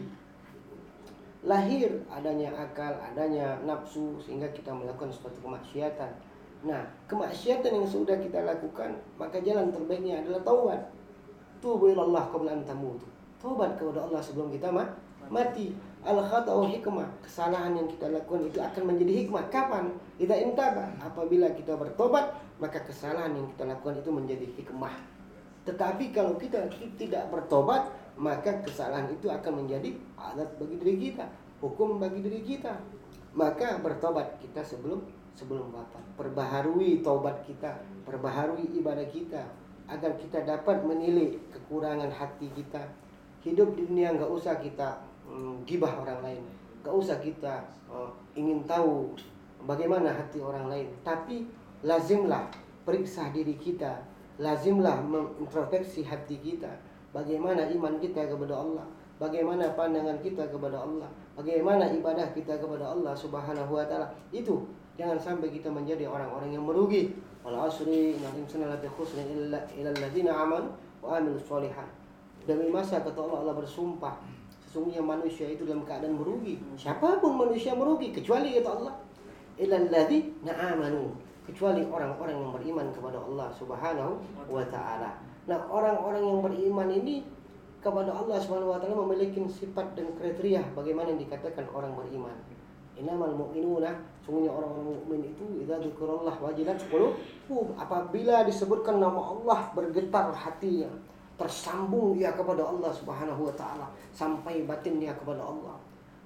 Lahir adanya akal, adanya nafsu, sehingga kita melakukan suatu kemaksiatan. Nah, kemaksiatan yang sudah kita lakukan, maka jalan terbaiknya adalah taubat. Tubu ilallah qabla an tamutu. Taubat kepada Allah sebelum kita mati. Al-khata'u hikmah. Kesalahan yang kita lakukan itu akan menjadi hikmah. Kapan? Idza intaba. Apabila kita bertobat, maka kesalahan yang kita lakukan itu menjadi hikmah. Tetapi kalau kita tidak bertobat, maka kesalahan itu akan menjadi adat bagi diri kita, hukum bagi diri kita. Maka bertobat kita sebelum sebelum wafat. Perbaharui taubat kita, perbaharui ibadah kita, agar kita dapat menilai kekurangan hati kita. Hidup di dunia nggak usah kita hmm, gibah orang lain, nggak usah kita uh, ingin tahu bagaimana hati orang lain. Tapi lazimlah periksa diri kita, lazimlah mengintrospeksi hati kita. Bagaimana iman kita kepada Allah, bagaimana pandangan kita kepada Allah, bagaimana ibadah kita kepada Allah Subhanahu wa taala. Itu jangan sampai kita menjadi orang-orang yang merugi. Wal asri innal insana lafi khusrin illa illal ladzina amanu wa amilus sholihat. Demi masa kata Allah, Allah bersumpah, sesungguhnya manusia itu dalam keadaan merugi. Siapapun manusia merugi kecuali kata Allah illal ladzina amanu, kecuali orang-orang yang beriman kepada Allah Subhanahu wa taala. Nah, orang-orang yang beriman ini kepada Allah Subhanahu wa taala memiliki sifat dan kriteria bagaimana yang dikatakan orang beriman. Innamal mu'minuna, sungguhnya orang-orang mukmin itu idza dzikrullah wajilat qulubuhum. Apabila disebutkan nama Allah bergetar hatinya, tersambung dia kepada Allah Subhanahu wa taala sampai batin dia kepada Allah.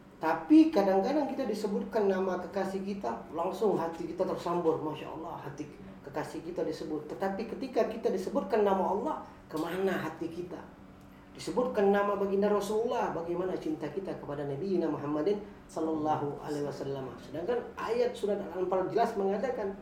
Tapi kadang-kadang kita disebutkan nama kekasih kita, langsung hati kita tersambur, Masya Allah, hati kekasih kita disebut. Tetapi ketika kita disebutkan nama Allah, kemana hati kita? Disebutkan nama baginda Rasulullah, bagaimana cinta kita kepada Nabi Muhammadin sallallahu alaihi wasallam. Sedangkan ayat surat Al-Anfal jelas mengatakan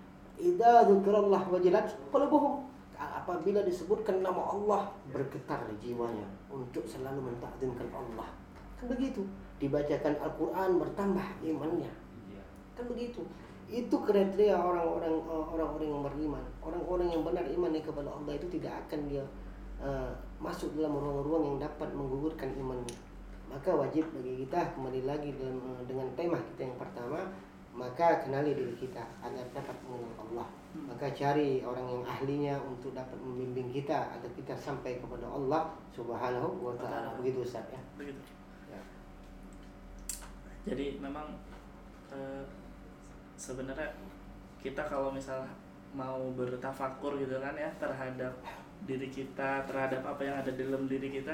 idza dzikrullah wajilat qulubuhum. Apabila disebutkan nama Allah, bergetar jiwanya untuk selalu mentakzimkan Allah. Kan begitu. Dibacakan Al-Quran, bertambah imannya. Kan begitu. Itu kriteria orang-orang orang-orang yang beriman. Orang-orang yang benar imannya kepada Allah itu tidak akan dia uh, masuk dalam ruang-ruang yang dapat menggugurkan imannya. Maka wajib bagi kita kembali lagi dalam, uh, dengan tema kita yang pertama, maka kenali diri kita agar dapat mengenal Allah. Maka cari orang yang ahlinya untuk dapat membimbing kita agar kita sampai kepada Allah Subhanahu wa taala. Begitu Ustaz ya. Begitu. Ya. Jadi memang eh, sebenarnya kita kalau misal mau bertafakur gitu kan ya terhadap diri kita, terhadap apa yang ada di dalam diri kita,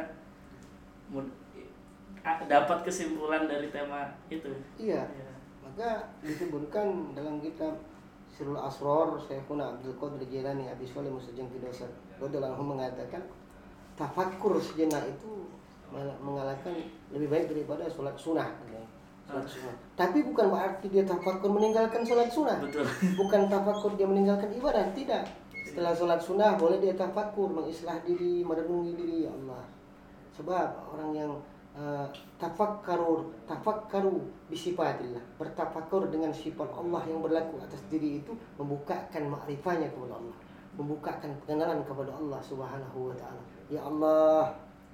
dapat kesimpulan dari tema itu. Iya. Ya. Maka disebutkan dalam kitab Sirul Asrar Syekhuna Abdul Qadir Jilani Abi Shalih Mustajab Kidosa radhiyallahu anhu mengatakan tafakkur sejenak itu mengalahkan lebih baik daripada sholat sunnah. Sholat sunnah. Tapi bukan berarti dia tafakkur meninggalkan sholat sunnah. Betul. Bukan tafakkur dia meninggalkan ibadah, tidak. Setelah sholat sunnah boleh dia tafakkur, mengislah diri, merenungi diri, ya Allah. Sebab orang yang uh, tafakkaru tafakkaru bisifatillah, bertafakkur dengan sifat Allah yang berlaku atas diri itu membukakan makrifahnya kepada Allah, membukakan pengenalan kepada Allah Subhanahu wa taala. Ya Allah,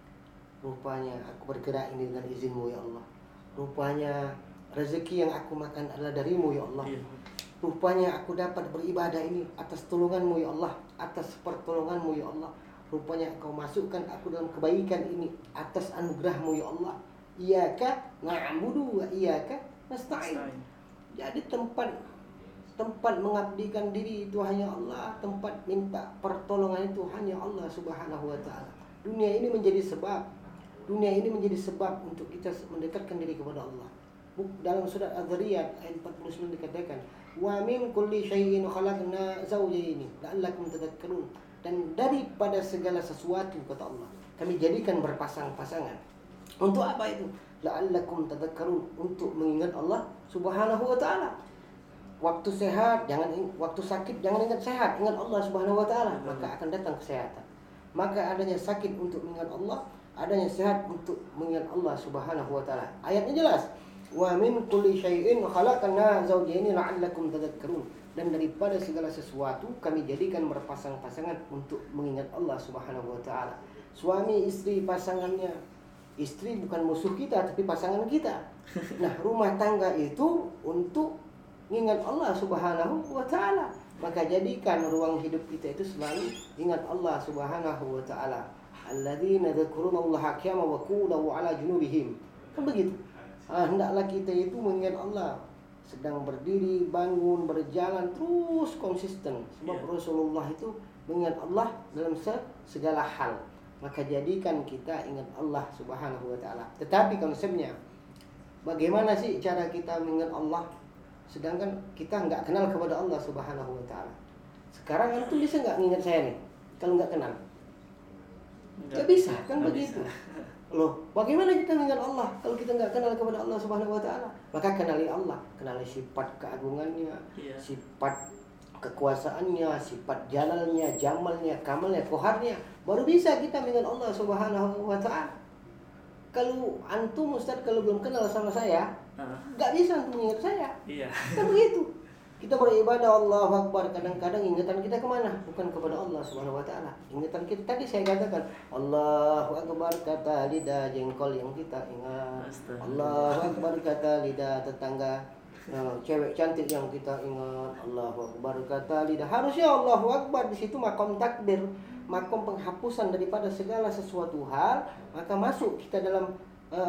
rupanya aku bergerak ini dengan izin-Mu ya Allah. Rupanya rezeki yang aku makan adalah dari-Mu ya Allah. Rupanya aku dapat beribadah ini atas tolongan-Mu ya Allah, atas pertolongan-Mu ya Allah. Rupanya Engkau masukkan aku dalam kebaikan ini atas anugerah-Mu ya Allah. Iyyaka na'budu wa iyyaka nasta'in. Jadi tempat tempat mengabdikan diri itu hanya Allah, tempat minta pertolongan itu hanya Allah Subhanahu wa taala. Dunia ini menjadi sebab, dunia ini menjadi sebab untuk kita mendekatkan diri kepada Allah. Dalam surat Az-Zariyat ayat empat puluh sembilan dikatakan, "Wa min kulli syai'in khalaqna zawjayn la'allakum tadhakkarun." Dan daripada segala sesuatu kata Allah, kami jadikan berpasang-pasangan. Untuk apa itu? La'allakum tadhakkarun, untuk mengingat Allah Subhanahu wa taala. Waktu sehat jangan waktu sakit jangan ingat sehat, ingat Allah Subhanahu wa taala, maka akan datang kesehatan. Maka adanya sakit untuk mengingat Allah, adanya sehat untuk mengingat Allah Subhanahu wa taala. Ayatnya jelas. Wa min kulli syai'in khalaqna zawjayn la'allakum tadhakkarun. Dan daripada segala sesuatu kami jadikan berpasang-pasangan untuk mengingat Allah Subhanahu wa taala. Suami istri pasangannya. Istri bukan musuh kita tapi pasangan kita. Nah, rumah tangga itu untuk mengingat Allah Subhanahu wa taala. Maka jadikan ruang hidup kita itu selalu ingat Allah Subhanahu wa taala. Alladzina dzakrunallaha qiyaman wa qu'udan wa 'ala junubihim. Kan begitu. Ah, hendaklah kita itu mengingat Allah sedang berdiri, bangun, berjalan terus konsisten. Sebab yeah. Rasulullah itu mengingat Allah dalam segala hal. Maka jadikan kita ingat Allah Subhanahu wa taala. Tetapi konsepnya bagaimana sih cara kita mengingat Allah sedangkan kita enggak kenal kepada Allah Subhanahu wa taala? Sekarang antum bisa enggak mengingat saya nih kalau enggak kenal? Enggak bisa, kan begitu. Bisa. Loh, bagaimana kita mengingat Allah kalau kita enggak kenal kepada Allah Subhanahu wa taala? Maka kenali Allah, kenali sifat keagungannya, yeah. sifat kekuasaannya, sifat jalalnya, jamalnya, kamalnya, koharnya. Baru bisa kita mengingat Allah Subhanahu wa taala. Kalau antum Ustaz kalau belum kenal sama saya, enggak uh. bisa antum mengingat saya. Iya. Yeah. Kan begitu. Kita beribadah Allahu Akbar, kadang-kadang ingatan kita kemana? Bukan kepada Allah Subhanahu wa taala. Ingatan kita tadi saya katakan Allahu Akbar kata lidah jengkol yang kita ingat. Allahu Akbar kata lidah tetangga, nah, cewek cantik yang kita ingat. Allahu Akbar kata lidah. Harusnya Allahu Akbar di situ makom takdir, makom penghapusan daripada segala sesuatu hal, maka masuk kita dalam uh,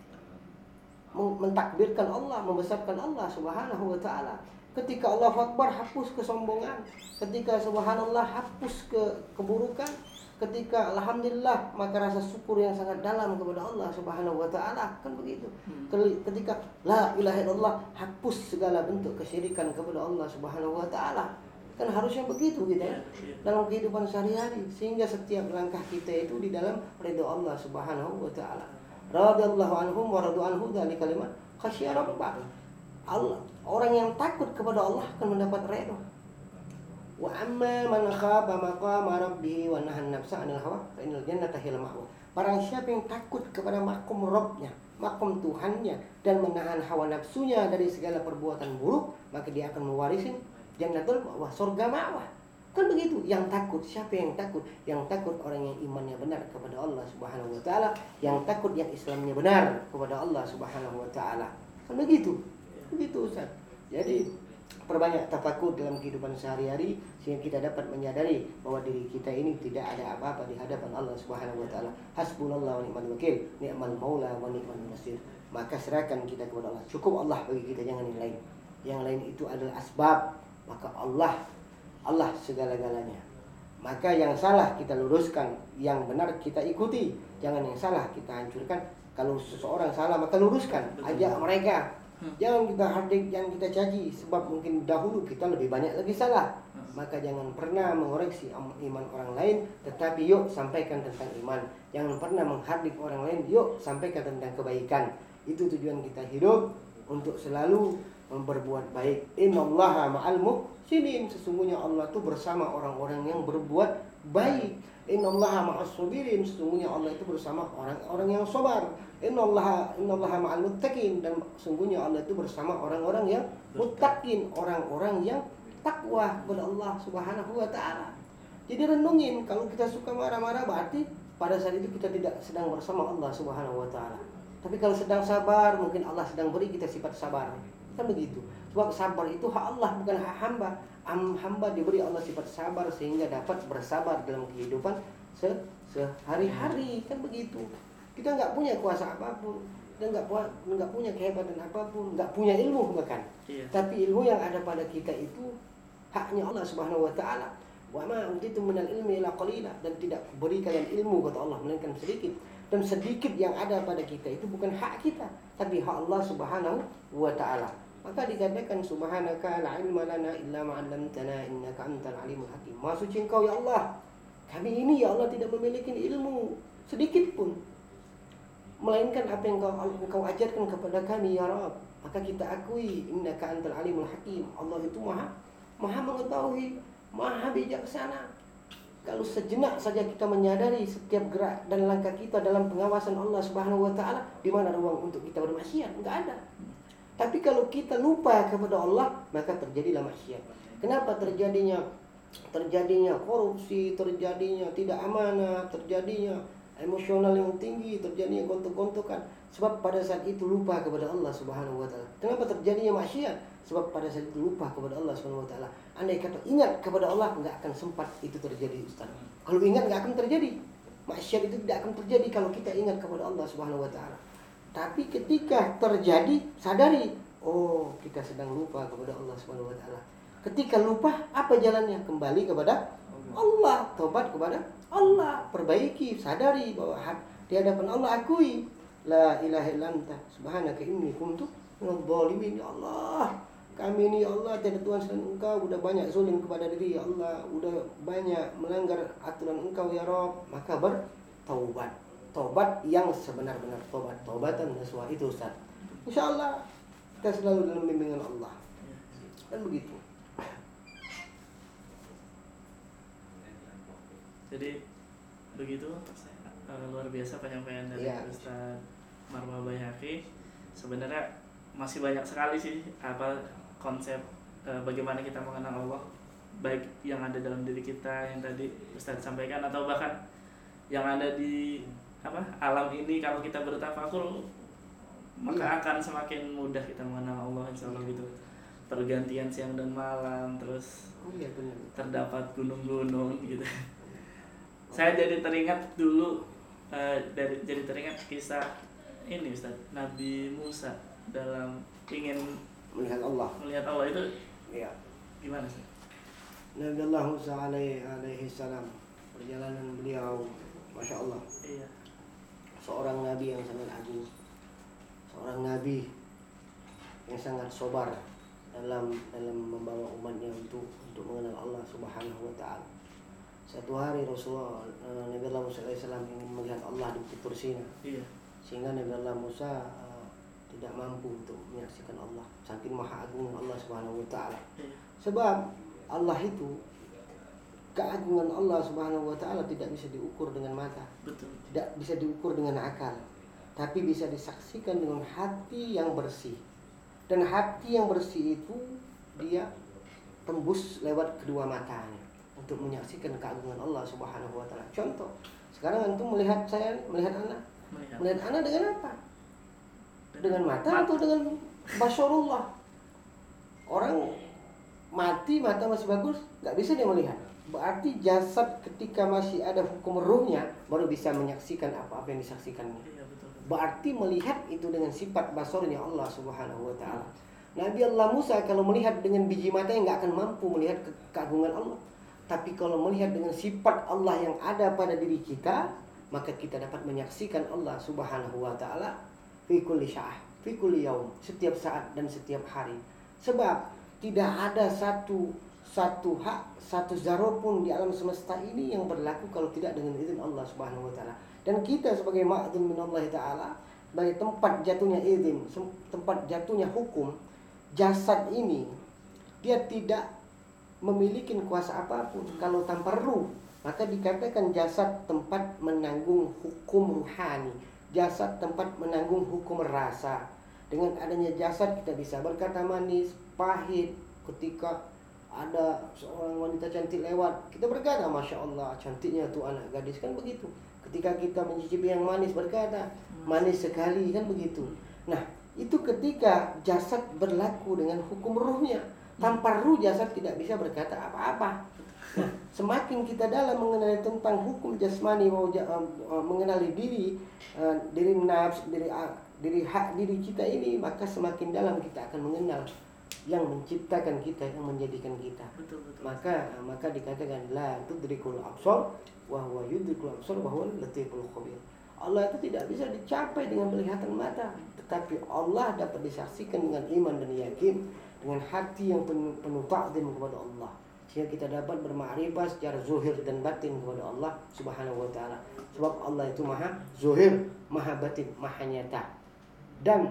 mentakbirkan Allah, membesarkan Allah Subhanahu wa taala. Ketika Allahu Akbar hapus kesombongan, ketika subhanallah hapus ke keburukan, ketika alhamdulillah maka rasa syukur yang sangat dalam kepada Allah Subhanahu wa taala, kan begitu. Hmm. Ketika la ilaha illallah hapus segala bentuk kesyirikan kepada Allah Subhanahu wa taala. Kan harusnya begitu gitu ya dalam kehidupan sehari-hari, sehingga setiap langkah kita itu di dalam ridha Allah Subhanahu wa taala. Radhiyallahu anhum wa radu anhu dari kalimat khasyya rabbah. Allah, orang yang takut kepada Allah akan mendapat redha. Wa amma man khaba maqama rabbih wa nahan nafsa 'anil hawa fa innal jannata hiyal ma'wa. Barang siapa yang takut kepada makom Rabbnya, makom Tuhannya, dan menahan hawa nafsunya dari segala perbuatan buruk, maka dia akan mewarisi jannatul ma'wa, surga ma'wa. Kan begitu. Yang takut, siapa yang takut? Yang takut orang yang imannya benar kepada Allah Subhanahu wa taala, yang takut yang Islamnya benar kepada Allah Subhanahu wa taala. Kan begitu. Begitu Ustaz. Jadi perbanyak tafakur dalam kehidupan sehari-hari sehingga kita dapat menyadari bahwa diri kita ini tidak ada apa-apa di hadapan Allah Subhanahu wa taala. Hasbunallahu wa ni'mal wakil, ni'mal maula wa ni'mal nasir. Maka serahkan kita kepada Allah. Cukup Allah bagi kita, jangan yang lain. yang lain itu adalah asbab, maka Allah Allah segala-galanya. Maka yang salah kita luruskan, yang benar kita ikuti. Jangan yang salah kita hancurkan. Kalau seseorang salah maka luruskan, ajak mereka. Hmm. Jangan kita hardik, jangan kita caci, sebab mungkin dahulu kita lebih banyak lagi salah. Hmm. Maka jangan pernah mengoreksi iman orang lain, tetapi yuk sampaikan tentang iman. Jangan pernah menghardik orang lain, yuk sampaikan tentang kebaikan. Itu tujuan kita hidup, untuk selalu berbuat baik. Innallaha ma'al muhsinin, sesungguhnya Allah itu bersama orang-orang yang berbuat baik. Innallaha ma'as sabirin, sesungguhnya Allah itu bersama orang-orang yang sabar. Innallaha innallaha ma'al muttaqin, dan sesungguhnya Allah itu bersama orang-orang yang muttaqin, orang-orang yang takwa kepada Allah Subhanahu wa taala. Jadi renungin, kalau kita suka marah-marah berarti pada saat itu kita tidak sedang bersama Allah Subhanahu wa taala. Tapi kalau sedang sabar, mungkin Allah sedang beri kita sifat sabar. Kan begitu. Sebab sabar itu hak Allah, bukan hak hamba. Am, hamba diberi Allah sifat sabar sehingga dapat bersabar dalam kehidupan se sehari-hari. Kan begitu. Kita nggak punya kuasa apapun, kita nggak punya nggak punya kehebatan apapun, nggak punya ilmu bahkan. Iya. Tapi ilmu yang ada pada kita itu haknya Allah Subhanahu wa taala. Wa ma utitum minal ilmi illa qalila, dan tidak beri kalian ilmu kata Allah melainkan sedikit. Dan sedikit yang ada pada kita itu bukan hak kita, tapi hak Allah Subhanahu wa taala. Maka dikatakan subhanaka la ilma lana illa ma 'allamtana innaka antal alimul hakim. Maha suci Engkau ya Allah. Kami ini ya Allah tidak memiliki ilmu sedikit pun, melainkan apa yang Engkau, engkau ajarkan kepada kami ya Rabb. Maka kita akui innaka antal alimul hakim. Allah itu maha maha mengetahui, maha bijaksana. Kalau sejenak saja kita menyadari setiap gerak dan langkah kita dalam pengawasan Allah Subhanahu wa taala, di mana ruang untuk kita bermaksiat? Enggak ada. Tapi kalau kita lupa kepada Allah, maka terjadilah maksiat. Kenapa terjadinya terjadinya korupsi, terjadinya tidak amanah, terjadinya emosional yang tinggi, terjadinya gontok-gontokan? Sebab pada saat itu lupa kepada Allah Subhanahu wa taala. Kenapa terjadinya maksiat? Sebab pada saat itu lupa kepada Allah Subhanahu wa taala. Andai kata ingat kepada Allah, enggak akan sempat itu terjadi, Ustaz. Kalau ingat enggak akan terjadi. Maksiat itu tidak akan terjadi kalau kita ingat kepada Allah Subhanahu wa taala. Tapi ketika terjadi, sadari, oh, kita sedang lupa kepada Allah Subhanahu wa taala. Ketika lupa, apa jalannya? Kembali kepada Allah, tobat kepada Allah, perbaiki, sadari bahwa di hadapan Allah akui la ilaha illa anta subhanaka inni kuntu minadh dhalimin. Ya Allah, kami ini ya Allah tiada Tuhan selain Engkau, udah banyak zalim kepada diri ya Allah, udah banyak melanggar aturan Engkau ya Rabb. Maka bertaubat, taubat yang sebenar-benar taubat, taubatan nasuha itu Ustaz. Insyaallah kita selalu dalam bimbingan Allah. Kan begitu. Jadi begitu, uh, luar biasa penyampaian dari ya. Ustaz Marwah Baihaqi. Sebenarnya masih banyak sekali sih apa konsep uh, bagaimana kita mengenal Allah, baik yang ada dalam diri kita yang tadi Ustaz sampaikan, atau bahkan yang ada di apa alam ini. Kalau kita bertafakur, maka ya. akan semakin mudah kita mengenal Allah, insyaallah gitu. Pergantian siang dan malam, terus oh, iya, benar. terdapat gunung-gunung gitu. Saya jadi teringat dulu uh, dari jadi teringat kisah ini Ustaz, Nabi Musa dalam ingin melihat Allah. Melihat Allah itu iya. Gimana sih? Nabi Allah Musa alaihi, alaihi salam, perjalanan beliau Masya Allah. Iya. Seorang nabi yang sangat agung, seorang nabi yang sangat sabar dalam dalam membawa umatnya untuk untuk mengenal Allah Subhanahu wa taala. Satu hari Rasulullah uh, Nabi Allah Musa alaihi salam ingin melihat Allah di Bukit Tursina. Iya. Sehingga Nabi Allah Musa uh, tidak mampu untuk menyaksikan Allah, saking maha agung Allah Subhanahu wa taala. Iya. Sebab Allah itu, keagungan Allah Subhanahu wa taala tidak bisa diukur dengan mata. Betul. Tidak bisa diukur dengan akal, tapi bisa disaksikan dengan hati yang bersih. Dan hati yang bersih itu dia tembus lewat kedua matanya untuk menyaksikan keagungan Allah Subhanahu wa taala. Contoh, sekarang antum melihat saya, melihat anak. Melihat, melihat anak dengan apa? Dengan mata, mata. Atau dengan basyarullah? Orang mati mata masih bagus, nggak bisa dia melihat. Berarti jasad ketika masih ada hukum ruhnya baru bisa menyaksikan apa-apa yang disaksikannya. Iya, betul, betul. Berarti melihat itu dengan sifat basornya Allah Subhanahu wa taala. Nabi Allah Musa kalau melihat dengan biji matanya nggak akan mampu melihat ke- keagungan Allah. Tapi kalau melihat dengan sifat Allah yang ada pada diri kita, maka kita dapat menyaksikan Allah Subhanahu wa taala fi kulli sya'ah, fi kulli yaum, setiap saat dan setiap hari. Sebab tidak ada satu satu hak, satu zarah pun di alam semesta ini yang berlaku kalau tidak dengan izin Allah Subhanahu wa taala. Dan kita sebagai ma'dzun min Allah taala, sebagai tempat jatuhnya izin, tempat jatuhnya hukum, jasad ini dia tidak memiliki kuasa apapun kalau tanpa ruh. Maka dikatakan jasad tempat menanggung hukum ruhani, jasad tempat menanggung hukum rasa. Dengan adanya jasad kita bisa berkata manis, pahit. Ketika ada seorang wanita cantik lewat, kita berkata Masya Allah cantiknya tuh anak gadis, kan begitu. Ketika kita mencicipi yang manis berkata manis sekali, kan begitu. Nah itu ketika jasad berlaku dengan hukum ruhnya. Tanpa ruh jasad tidak bisa berkata apa-apa. Nah, semakin kita dalam mengenali tentang hukum jasmani, mau uh, mengenali diri, uh, diri nafs, diri uh, diri hak diri kita ini, maka semakin dalam kita akan mengenal yang menciptakan kita, yang menjadikan kita. Betul, betul. Maka uh, maka dikatakan la tudrikul absar wa huwa yudrikul absar wa huwa latiful khabir. Allah itu tidak bisa dicapai dengan penglihatan mata, tetapi Allah dapat disaksikan dengan iman dan yakin, dengan hati yang penuh, penuh ta'zim kepada Allah. Sehingga kita dapat bermakrifat secara zuhir dan batin kepada Allah Subhanahu wa taala. Sebab Allah itu maha zuhir, maha batin, maha nyata. Dan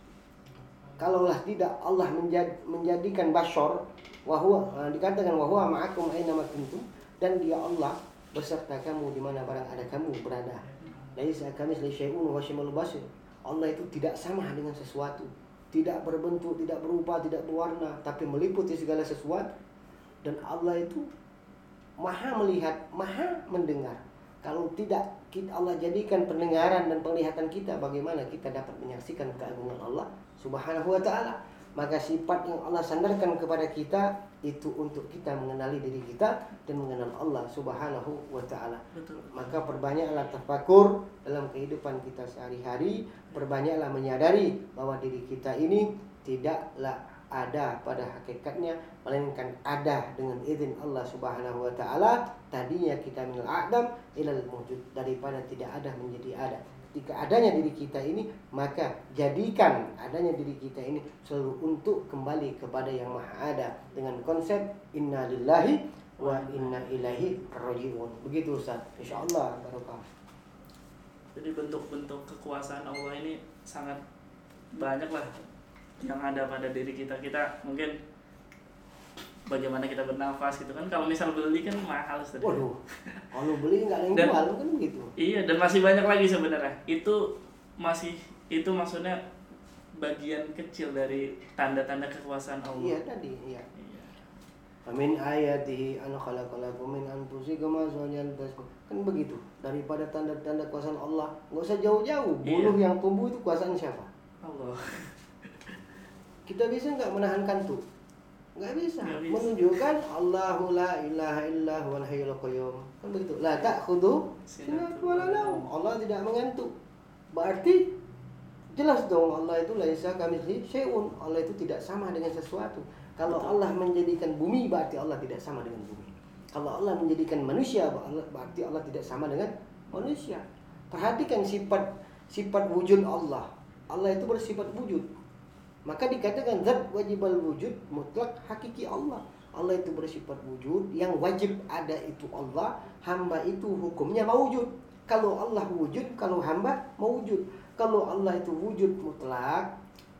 kalaulah tidak Allah menjad, menjadikan basyar, wahwa dikatakan wahwa ma'akum aina ma kuntum, dan dia Allah beserta kamu di mana barang ada kamu berada. Laisa kamitslihi syai'un wa huwa syami'ul basir. Allah itu tidak sama dengan sesuatu, tidak berbentuk, tidak berupa, tidak berwarna, tapi meliputi segala sesuatu. Dan Allah itu maha melihat, maha mendengar. Kalau tidak kita Allah jadikan pendengaran dan penglihatan kita, bagaimana kita dapat menyaksikan keagungan Allah Subhanahu wa taala? Maka sifat yang Allah sandarkan kepada kita itu untuk kita mengenali diri kita dan mengenal Allah Subhanahu wa taala. Maka perbanyaklah tafakur dalam kehidupan kita sehari-hari, perbanyaklah menyadari bahwa diri kita ini tidaklah ada pada hakikatnya, melainkan ada dengan izin Allah Subhanahu wa taala. Tadinya kita minal adam ilal mawjud, daripada tidak ada menjadi ada. Ketika adanya diri kita ini, maka jadikan adanya diri kita ini selalu untuk kembali kepada yang maha ada, dengan konsep inna lillahi wa inna ilaihi raji'un. Begitu Ustaz, insyaallah barokah. Jadi bentuk-bentuk kekuasaan Allah ini sangat banyak lah yang ada pada diri kita. Kita mungkin bagaimana kita bernafas gitu kan, kalau misal beli kan mahal Ustaz. Waduh, kalau beli nggak ada yang jual kan begitu. Iya, dan masih banyak lagi sebenarnya. Itu masih itu maksudnya bagian kecil dari tanda-tanda kekuasaan Allah. Iya tadi, iya. Amin ayatihi an khalaqalakum min anfusikum azwajan tasbih. Kan begitu. Daripada tanda-tanda kekuasaan Allah, nggak usah jauh-jauh. Buluh iya. Yang tumbuh itu kuasaan siapa? Allah. Kita bisa nggak menahan kantuk? Nggak bisa. Nggak bisa. Menunjukkan Allahu la ilaha illa huwal hayyul qayyum. Kan begitu. La ta'khudhu sinatun wa la naum. Allah tidak mengantuk. Berarti jelas dong Allah itu laisa kamitslihi syai'un. Allah itu tidak sama dengan sesuatu. Kalau Allah menjadikan bumi, berarti Allah tidak sama dengan bumi. Kalau Allah menjadikan manusia, berarti Allah tidak sama dengan manusia. Perhatikan sifat sifat wujud Allah. Allah itu bersifat wujud. Maka dikatakan zat wajibal wujud mutlak hakiki Allah. Allah itu bersifat wujud, yang wajib ada itu Allah, hamba itu hukumnya mawujud. Kalau Allah wujud, kalau hamba mawujud. Kalau Allah itu wujud mutlak,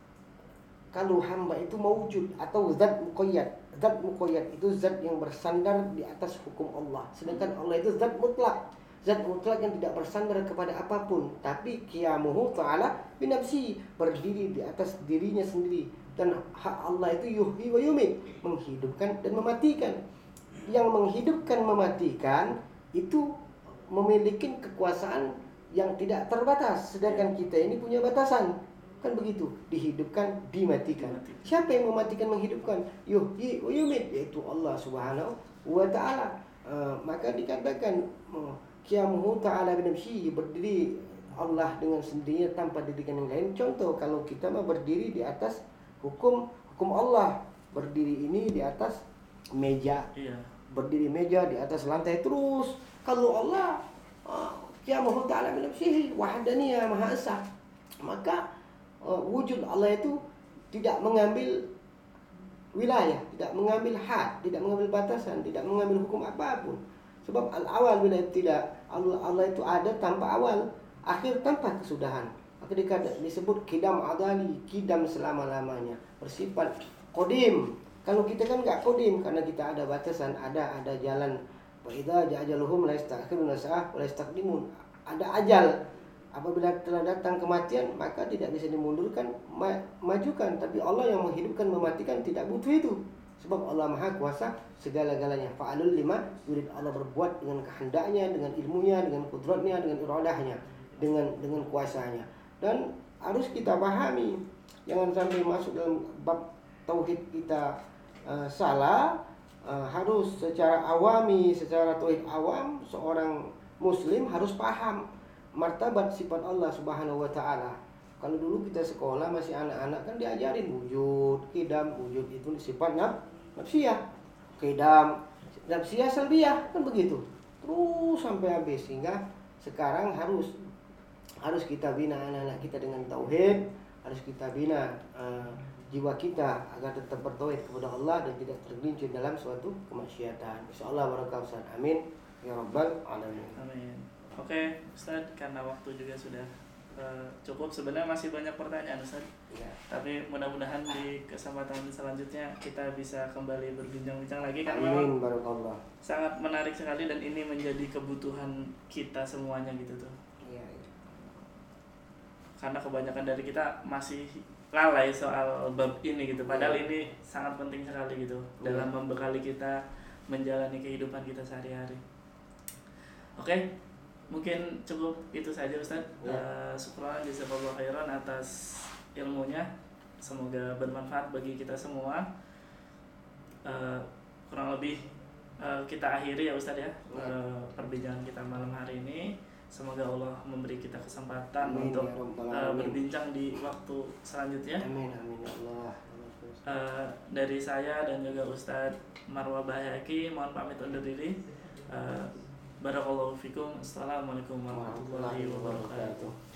kalau hamba itu mawujud, atau zat muqayyad. Zat muqayyad itu zat yang bersandar di atas hukum Allah. Sedangkan Allah itu zat mutlak, zat mutlak yang tidak bersandar kepada apapun, tapi qiyamuhu ta'ala binafsi, berdiri di atas dirinya sendiri. Dan hak Allah itu yuhyi wa yumit, menghidupkan dan mematikan. Yang menghidupkan mematikan itu memiliki kekuasaan yang tidak terbatas, sedangkan kita ini punya batasan. Kan begitu, dihidupkan, dimatikan. Siapa yang mematikan, menghidupkan? Yuhyi wa yumit, yaitu Allah Subhanahu wa ta'ala. uh, Maka dikatakan uh, qiyamuhu ta'ala binafsi, berdiri Allah dengan sendirinya tanpa didikan yang lain. Contoh, kalau kita mau berdiri di atas Hukum hukum Allah berdiri ini di atas meja. Iya. Berdiri meja di atas lantai terus. Kalau Allah qiyamahu ta'ala bi nafsihi wahdaniyah maha esa. Maka uh, wujud Allah itu tidak mengambil wilayah, tidak mengambil had, tidak mengambil batasan, tidak mengambil hukum apapun. Sebab al-awal bila tidak, Allah, Allah itu ada tanpa awal, akhir tanpa kesudahan. Maka disebut kidam adali, kidam selama-lamanya, bersifat qadim. Kalau kita kan enggak qadim karena kita ada batasan, ada ada jalan. Wa idza ja'aluhum la yastakhiruna sa'ah wa la yastaqdimun. Ada ajal. Apabila telah datang kematian, maka tidak bisa dimundurkan, ma- majukan. Tapi Allah yang menghidupkan, mematikan tidak butuh itu. Sebab Allah Maha Kuasa segala-galanya. Fa'alul lima yurid. Allah berbuat dengan kehendaknya, dengan ilmunya, dengan kudratnya, dengan iradahnya, dengan dengan kuasanya. Dan harus kita pahami, jangan sampai masuk dalam bab tauhid kita uh, salah. Uh, harus secara awami, secara tauhid awam, seorang muslim harus paham martabat sifat Allah Subhanahu wa taala. Kalau dulu kita sekolah masih anak-anak kan diajarin wujud, qidam, wujud itu sifat nafsiyah, qidam, nafsiyah salbiyah, kan begitu. Terus sampai habis, sehingga sekarang harus harus kita bina anak-anak kita dengan tauhid, harus kita bina uh, jiwa kita agar tetap bertauhid kepada Allah dan tidak tergelincir dalam suatu kemaksiatan. Insyaallah barakatuh. Amin ya rabbal alamin. Amin. Oke, Ustaz, karena waktu juga sudah uh, cukup. Sebenarnya masih banyak pertanyaan, Ustaz. Ya. Tapi mudah-mudahan di kesempatan selanjutnya kita bisa kembali berbincang-bincang lagi karena memang Amin barakallah. sangat menarik sekali dan ini menjadi kebutuhan kita semuanya gitu tuh. Iya, iya. Karena kebanyakan dari kita masih lalai soal bab ini gitu. Padahal Ya. ini sangat penting sekali gitu Ya. dalam membekali kita menjalani kehidupan kita sehari-hari. Oke, mungkin cukup itu saja Ustaz. Ya. Uh, syukran jazakallahu khairan atas ilmunya. Semoga bermanfaat bagi kita semua. Uh, kurang lebih uh, kita akhiri ya Ustaz ya, Ya. uh, perbincangan kita malam hari ini. Semoga Allah memberi kita kesempatan Amin, untuk ya Rabbal uh, alamin. berbincang di waktu selanjutnya. Amin amin ya Allah. Uh, dari saya dan juga Ustadz Marwah Bahayaki mohon pamit undur diri. Uh, Barakallahu fikum. Assalamualaikum warahmatullahi wabarakatuh.